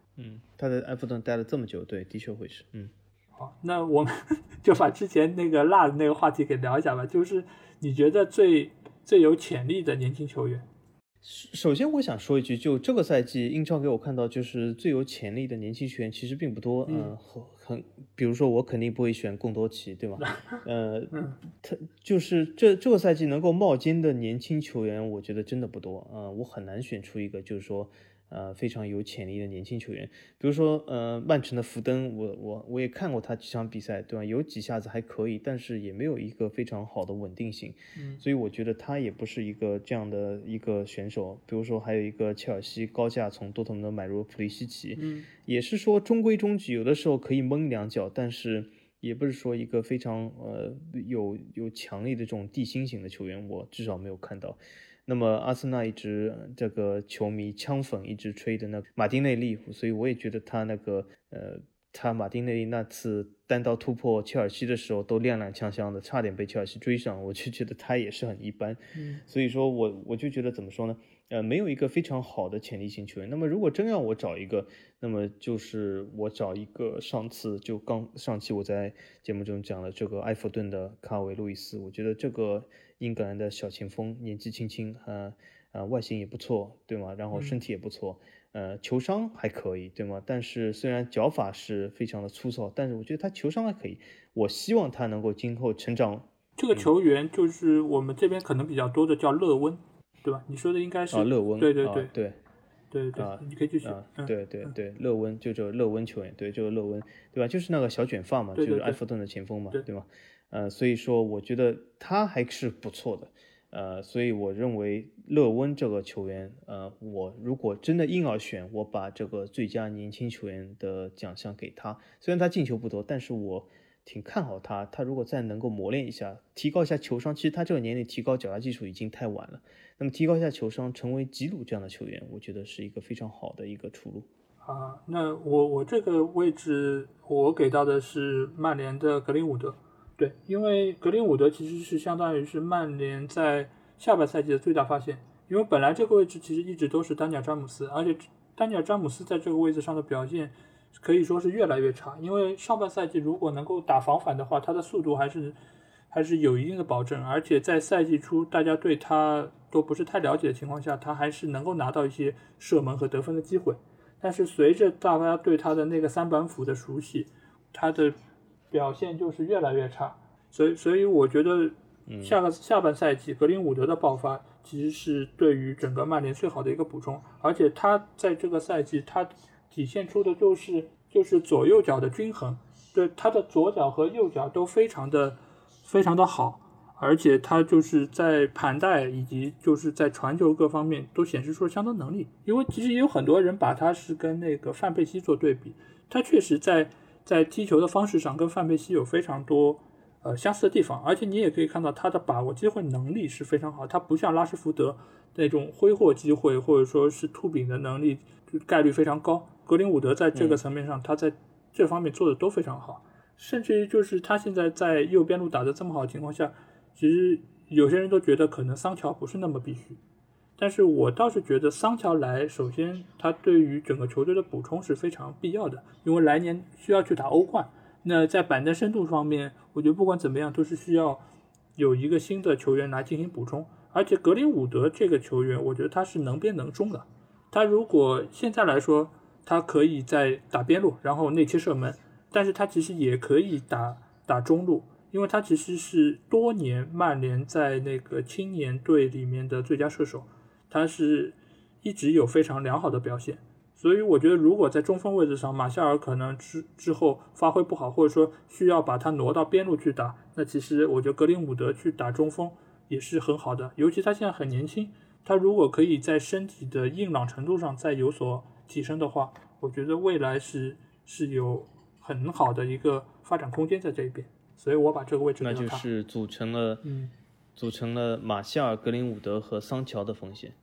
B: 他在埃弗顿待了这么久，对，的确会是。
A: 好，那我们就把之前那个辣的那个话题给聊一下吧，就是你觉得最有潜力的年轻球员。
B: 首先我想说一句，就这个赛季英超给我看到就是最有潜力的年轻球员其实并不多，比如说我肯定不会选贡多齐，对吗？他就是这个赛季能够冒尖的年轻球员，我觉得真的不多，我很难选出一个就是说非常有潜力的年轻球员。比如说曼城的福登，我也看过他几场比赛，对吧？有几下子还可以，但是也没有一个非常好的稳定性，所以我觉得他也不是一个这样的一个选手。比如说还有一个切尔西高价从多特蒙德买入普利西奇，也是说中规中矩，有的时候可以蒙两脚，但是也不是说一个非常有强力的这种地心型的球员，我至少没有看到。那么阿森纳一直这个球迷枪粉一直吹的那马丁内利，所以我也觉得他那个他马丁内利那次单刀突破切尔西的时候都踉踉跄跄的，差点被切尔西追上，我就觉得他也是很一般。所以说我就觉得怎么说呢？没有一个非常好的潜力型球员。那么如果真要我找一个，那么就是我找一个上期我在节目中讲了这个埃弗顿的卡尔维路易斯，我觉得这个英格兰的小前锋年纪轻轻，外形也不错，对吗？然后身体也不错，球商还可以，对吗？但是虽然脚法是非常的粗糙，但是我觉得他球商还可以。我希望他能够今后成长。
A: 这个球员就是我们这边可能比较多的叫勒温，对吧？你说的应该是
B: 勒温，
A: 对，你可以继续。
B: 对，勒温就这个勒温球员，对，这个勒温，对吧？就是那个小卷发嘛，就是埃弗顿的前锋嘛，对吗？所以说我觉得他还是不错的，所以我认为勒温这个球员，我如果真的硬要选，我把这个最佳年轻球员的奖项给他。虽然他进球不多，但是我挺看好他。他如果再能够磨练一下，提高一下球商，其实他这个年龄提高脚下技术已经太晚了。那么提高一下球商，成为吉鲁这样的球员，我觉得是一个非常好的一个出路。
A: 那我这个位置我给到的是曼联的格林伍德。对，因为格林伍德其实是相当于是曼联在下半赛季的最大发现，因为本来这个位置其实一直都是丹尼尔詹姆斯，而且丹尼尔詹姆斯在这个位置上的表现可以说是越来越差，因为上半赛季如果能够打防反的话，他的速度还是有一定的保证，而且在赛季初大家对他都不是太了解的情况下，他还是能够拿到一些射门和得分的机会。但是随着大家对他的那个三板斧的熟悉，他的表现就是越来越差，所以我觉得下半赛季格林伍德的爆发其实是对于整个曼联最好的一个补充，而且他在这个赛季他体现出的就是左右脚的均衡，对，他的左脚和右脚都非常的好，而且他就是在盘带以及就是在传球各方面都显示出了相当能力。因为其实也有很多人把他是跟那个范佩西做对比，他确实在踢球的方式上跟范佩西有非常多相似的地方，而且你也可以看到他的把握机会能力是非常好，他不像拉什福德那种挥霍机会或者说是突饼的能力概率非常高，格林伍德在这个层面上他在这方面做的都非常好，甚至于就是他现在在右边路打得这么好的情况下，其实有些人都觉得可能桑乔不是那么必须，但是我倒是觉得桑乔来，首先他对于整个球队的补充是非常必要的，因为来年需要去打欧冠，那在板凳深度方面，我觉得不管怎么样都是需要有一个新的球员来进行补充。而且格林伍德这个球员，我觉得他是能边能中的，他如果现在来说，他可以在打边路，然后内切射门，但是他其实也可以打中路，因为他其实是多年曼联在那个青年队里面的最佳射手，他是一直有非常良好的表现。所以我觉得如果在中锋位置上马夏尔可能之后发挥不好，或者说需要把他挪到边路去打，那其实我觉得格林伍德去打中锋也是很好的，尤其他现在很年轻，他如果可以在身体的硬朗程度上再有所提升的话，我觉得未来是有很好的一个发展空间在这一边，所以我把这个位置给他。
B: 那就是组成了马夏尔、格林伍德和桑乔的锋线。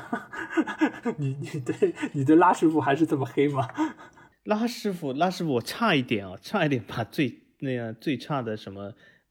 A: 你对拉师傅还是这么黑吗？
B: 拉师傅我差一点把最差的什么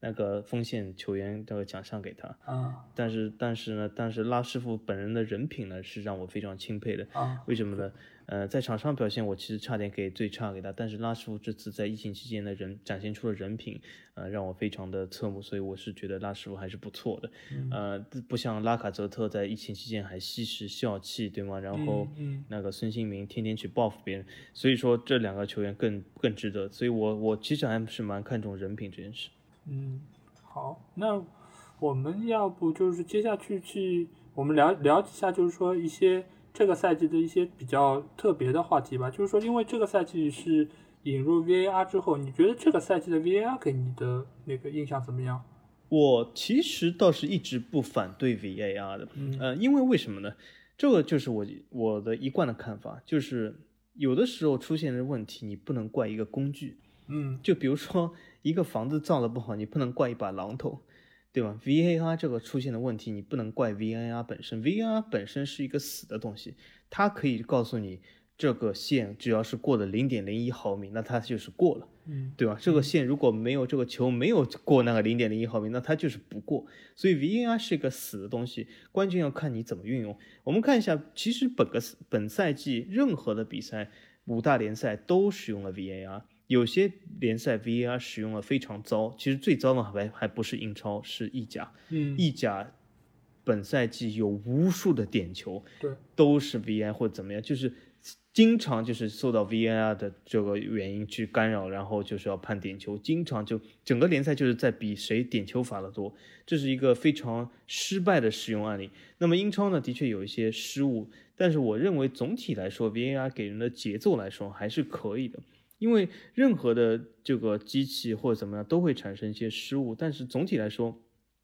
B: 那个锋线球员这个奖项给他
A: 啊，
B: 但是拉师傅本人的人品呢是让我非常钦佩的
A: 啊，
B: 为什么呢？在场上表现我其实差点给最差给他，但是拉师傅这次在疫情期间的展现出了人品，让我非常的侧目，所以我是觉得拉师傅还是不错的，不像拉卡泽特在疫情期间还吸食笑气，对吗？然后那个孙兴民天天去报复别人，所以说这两个球员更值得，所以我其实还是蛮看重人品这件事。
A: 好，那我们要不就是接下去我们聊一下，就是说一些这个赛季的一些比较特别的话题吧。就是说，因为这个赛季是引入 VAR 之后，你觉得这个赛季的 VAR 给你的那个印象怎么样？
B: 我其实倒是一直不反对 VAR 的，因为为什么呢？这个就是我的一贯的看法，就是有的时候出现的问题，你不能怪一个工具，就比如说一个房子造的不好，你不能怪一把榔头，对吧 ？VAR 这个出现的问题，你不能怪 VAR 本身，VAR 本身是一个死的东西，它可以告诉你这个线只要是过了0.01毫米，那它就是过了，对吧？这个线如果没有这个球没有过那个0.01毫米，那它就是不过。所以 VAR 是一个死的东西，关键要看你怎么运用。我们看一下，其实本赛季任何的比赛，5大联赛都使用了 VAR。有些联赛 VAR 使用了非常糟，其实最糟的还不是英超，是意甲。意甲本赛季有无数的点球，
A: 对，
B: 都是 VAR 或者怎么样，就是经常就是受到 VAR 的这个原因去干扰，然后就是要判点球，经常就整个联赛就是在比谁点球罚的多，这是一个非常失败的使用案例。那么英超呢，的确有一些失误，但是我认为总体来说 VAR 给人的节奏来说还是可以的。因为任何的这个机器或者怎么样都会产生一些失误，但是总体来说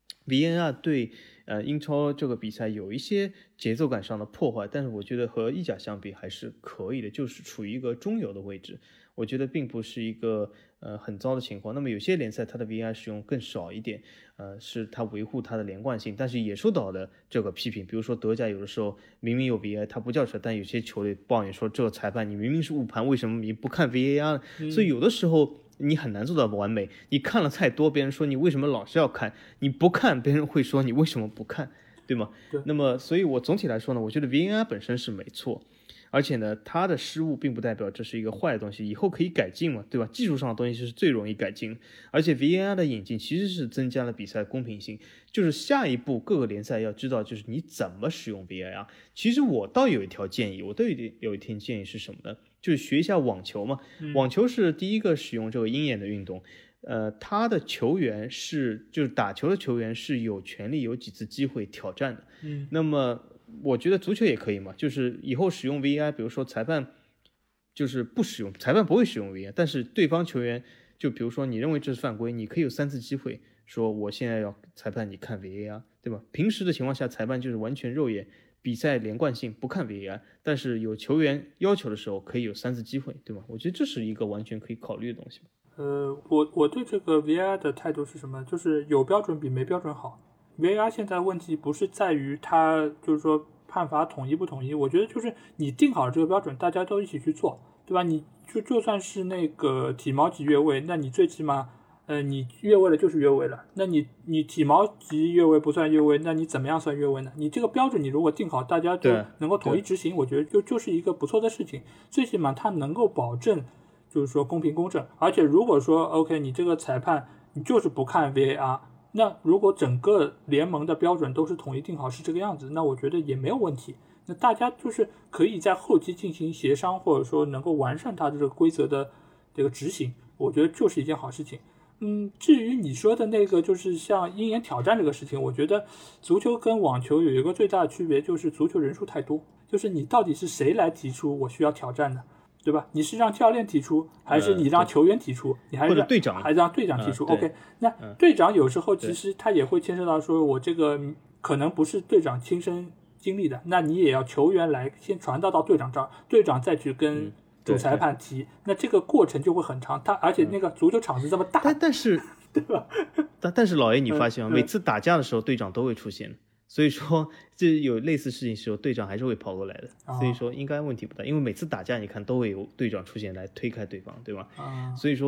B: VAR 对英超这个比赛有一些节奏感上的破坏，但是我觉得和意甲相比还是可以的，就是处于一个中游的位置，我觉得并不是一个很糟的情况。那么有些联赛它的 VAR 使用更少一点，是它维护它的连贯性，但是也受到了这个批评。比如说德甲有的时候明明有 VAR 它不叫出来，但有些球队抱怨说这个裁判你明明是误判，为什么你不看 VAR 呢？所以有的时候你很难做到完美，你看了太多，别人说你为什么老是要看，你不看别人会说你为什么不看，对吗？
A: 对。
B: 那么所以我总体来说呢，我觉得 VAR 本身是没错，而且呢它的失误并不代表这是一个坏的东西，以后可以改进嘛，对吧？技术上的东西是最容易改进，而且 VAR 的引进其实是增加了比赛公平性，就是下一步各个联赛要知道就是你怎么使用 VAR。其实我倒有一条建议，有一条建议是什么呢？就是学一下网球嘛，网球是第一个使用这个鹰眼的运动，他的球员就是打球的球员是有权利有几次机会挑战的，那么我觉得足球也可以嘛，就是以后使用 VAR， 比如说裁判就是不使用，裁判不会使用 VAR， 但是对方球员就比如说你认为这是犯规，你可以有3次机会说我现在要裁判你看 VAR， 对吧？平时的情况下裁判就是完全肉眼比赛连贯性不看 VAR， 但是有球员要求的时候可以有3次机会，对吗？我觉得这是一个完全可以考虑的东西。
A: 我对这个 VAR 的态度是什么？就是有标准比没标准好。VAR 现在问题不是在于它就是说判罚统一不统一，我觉得就是你定好了这个标准，大家都一起去做，对吧？你就算是那个体毛级越位，那你最起码你越位了就是越位了，那你体毛级越位不算越位，那你怎么样算越位呢？你这个标准你如果定好，大家就能够统一执行，我觉得就是一个不错的事情，最起码它能够保证就是说公平公正。而且如果说 OK 你这个裁判你就是不看 VAR， 那如果整个联盟的标准都是统一定好是这个样子，那我觉得也没有问题，那大家就是可以在后期进行协商，或者说能够完善它的这个规则的这个执行，我觉得就是一件好事情。至于你说的那个就是像鹰眼挑战这个事情，我觉得足球跟网球有一个最大的区别，就是足球人数太多，就是你到底是谁来提出我需要挑战的，对吧？你是让教练提出，还是你让球员提出？你还是
B: 或者队长，
A: 还是让队长提出？OK， 那队长有时候其实他也会牵涉到说，我这个可能不是队长亲身经历的，那你也要球员来先传达到队长这儿，队长再去跟主裁判提，那这个过程就会很长。而且那个足球场子这么大，
B: 但是
A: 对吧？
B: 但是老爷，你发现吗？每次打架的时候，队长都会出现，所以说这有类似事情的时候，队长还是会跑过来的，所以说应该问题不大。因为每次打架，你看都会有队长出现来推开对方，对吧？所以说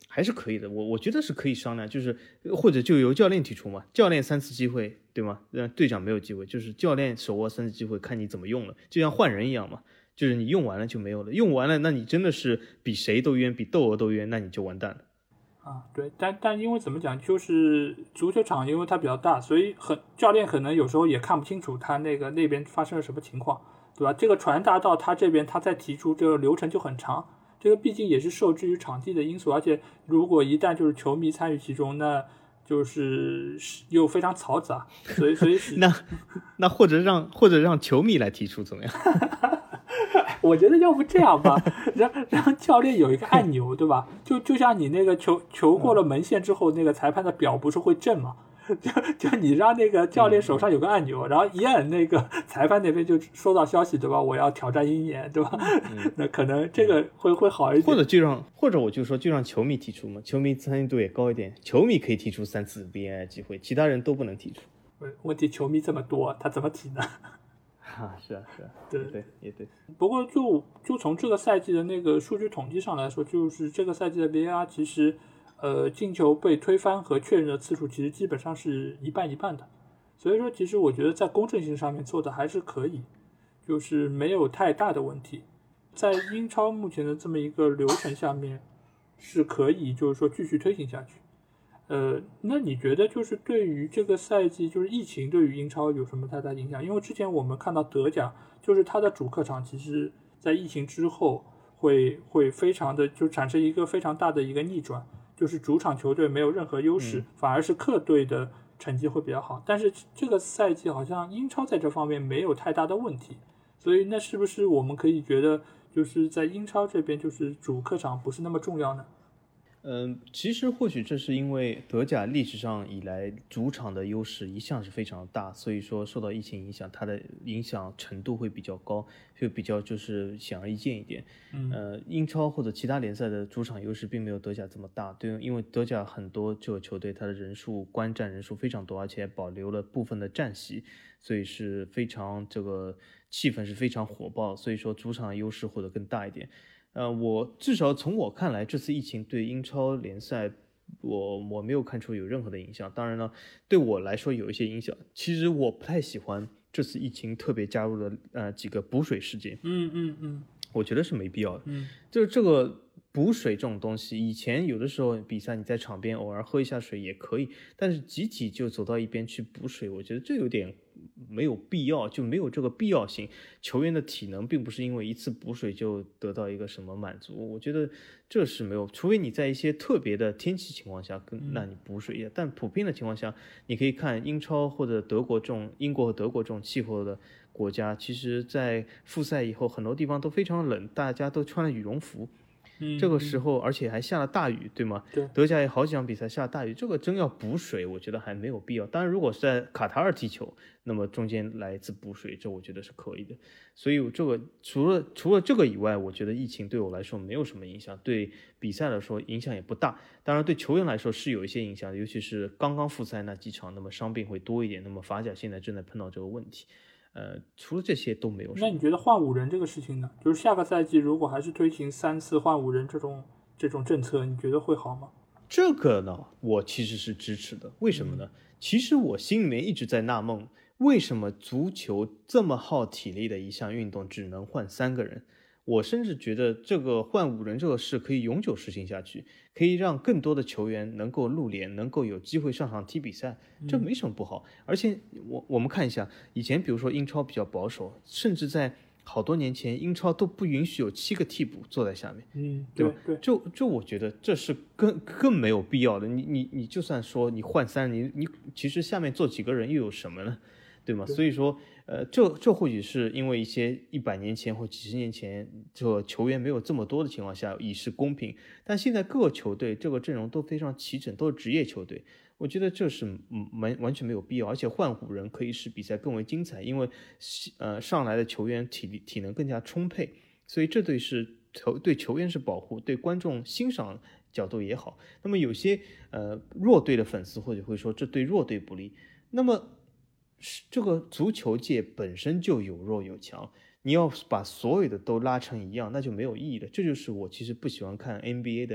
B: 还是可以的，我觉得是可以商量，就是或者就由教练提出嘛，教练3次机会，对吗？让队长没有机会，就是教练手握3次机会，看你怎么用了，就像换人一样嘛，就是你用完了就没有了，用完了那你真的是比谁都冤，比窦娥都冤，那你就完蛋了。
A: 对，但因为怎么讲，就是足球场因为它比较大，所以教练可能有时候也看不清楚他那边发生了什么情况，对吧？这个传达到他这边，他再提出这个流程就很长。这个毕竟也是受制于场地的因素，而且如果一旦就是球迷参与其中，那就是又非常嘈杂，所以
B: 那或者让球迷来提出怎么样？
A: 我觉得要不这样吧，让教练有一个按钮，对吧？就像你那个球过了门线之后，那个裁判的表不是会震吗？就你让那个教练手上有个按钮，然后一按，那个裁判那边就收到消息，对吧？我要挑战鹰眼，对吧？那可能这个会好一点。
B: 或者我就说就让球迷提出嘛，球迷参与度也高一点，球迷可以提出3次 VAR 机会，其他人都不能提出。
A: 问题球迷这么多，他怎么提呢？
B: 是啊，
A: 对
B: 也对。
A: 不过就从这个赛季的那个数据统计上来说，就是这个赛季的 VAR 其实。进球被推翻和确认的次数其实基本上是一半一半的，所以说其实我觉得在公正性上面做的还是可以，就是没有太大的问题。在英超目前的这么一个流程下面，是可以就是说继续推行下去。那你觉得就是对于这个赛季，就是疫情对于英超有什么太大影响？因为之前我们看到德甲，就是它的主客场其实在疫情之后会非常的就产生一个非常大的一个逆转。就是主场球队没有任何优势，反而是客队的成绩会比较好。但是这个赛季好像英超在这方面没有太大的问题，所以那是不是我们可以觉得，就是在英超这边，就是主客场不是那么重要呢？
B: 其实或许这是因为德甲历史上以来主场的优势一向是非常大，所以说受到疫情影响，它的影响程度会比较高，就比较就是显而易见一点。英超或者其他联赛的主场优势并没有德甲这么大，对，因为德甲很多这个球队它的观战人数非常多，而且保留了部分的战席，所以是非常这个气氛是非常火爆，所以说主场优势或者更大一点。我至少从我看来，这次疫情对英超联赛，我没有看出有任何的影响。当然了，对我来说有一些影响。其实我不太喜欢这次疫情特别加入了几个补水事件。我觉得是没必要的。就是这个补水这种东西，以前有的时候比赛你在场边偶尔喝一下水也可以，但是集体就走到一边去补水，我觉得这有点没有必要，就没有这个必要性。球员的体能并不是因为一次补水就得到一个什么满足，我觉得这是没有，除非你在一些特别的天气情况下，那你补水一下。但普遍的情况下，你可以看英超或者英国和德国这种气候的国家，其实在复赛以后很多地方都非常冷，大家都穿了羽绒服。这个时候而且还下了大雨，对吗？
A: 对，
B: 德甲也好几场比赛下大雨，这个真要补水，我觉得还没有必要。当然，如果是在卡塔尔踢球，那么中间来一次补水，这我觉得是可以的。所以这个除了这个以外，我觉得疫情对我来说没有什么影响，对比赛来说影响也不大。当然，对球员来说是有一些影响，尤其是刚刚复赛那几场，那么伤病会多一点。那么法甲现在正在碰到这个问题。除了这些都没有什么。
A: 那你觉得换5人这个事情呢？就是下个赛季如果还是推行3次换5人这种政策，你觉得会好吗？
B: 这个呢，我其实是支持的。为什么呢？其实我心里面一直在纳闷，为什么足球这么耗体力的一项运动只能换3个人？我甚至觉得这个换5人这个事可以永久实行下去，可以让更多的球员能够入联，能够有机会上场踢比赛，这没什么不好。而且我们看一下，以前比如说英超比较保守，甚至在好多年前，英超都不允许有7个替补坐在下面，对吧？
A: 对，
B: 就我觉得这是更没有必要的。你就算说你换3人，你其实下面坐几个人又有什么呢？对吗？所以说，这或许是因为一些100年前或几十年前这个球员没有这么多的情况下，以示公平。但现在各个球队这个阵容都非常齐整，都是职业球队，我觉得这是完全没有必要。而且换5人可以使比赛更为精彩，因为上来的球员体能更加充沛，所以这对球员是保护，对观众欣赏角度也好。那么有些弱队的粉丝或者会说这对弱队不利，那么这个足球界本身就有弱有强，你要把所有的都拉成一样，那就没有意义了。这就是我其实不喜欢看 NBA 的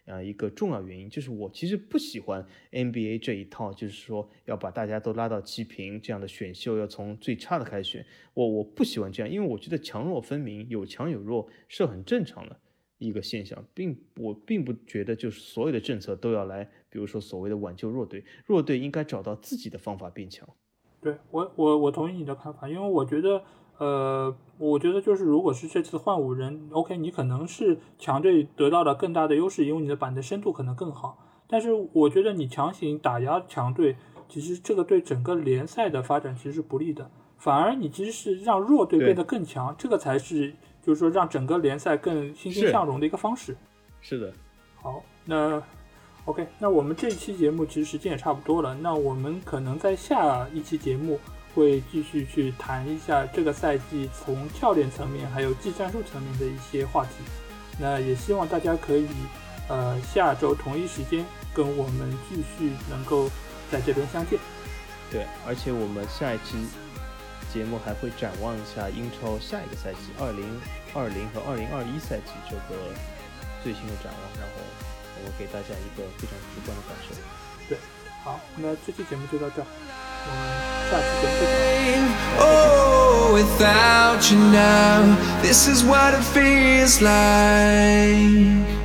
B: 一个重要原因，就是我其实不喜欢 NBA 这一套，就是说要把大家都拉到齐平这样的选秀，要从最差的开始选，我不喜欢这样，因为我觉得强弱分明，有强有弱是很正常的一个现象，我并不觉得就是所有的政策都要来，比如说所谓的挽救弱队，弱队应该找到自己的方法变强。
A: 对，我同意你的看法，因为我觉得就是如果是这次换5人 ，OK， 你可能是强队得到了更大的优势，因为你的板的深度可能更好。但是我觉得你强行打压强队，其实这个对整个联赛的发展其实是不利的，反而你其实是让弱队变得更强，这个才是就是说让整个联赛更欣欣向荣的一个方式。
B: 是的。
A: 好，那 OK， 那我们这一期节目其实时间也差不多了，那我们可能在下一期节目会继续去谈一下这个赛季从教练层面还有技战术层面的一些话题。那也希望大家可以下周同一时间跟我们继续能够在这边相见。
B: 对，而且我们下一期节目还会展望一下英超下一个赛季2020和2021赛季这个最新的展望，然后我们给大家一个非常直观的感受。
A: 对，好，那这期节目就到这儿，我们下期节目再见。
C: Oh, without you now, this is what it feels like.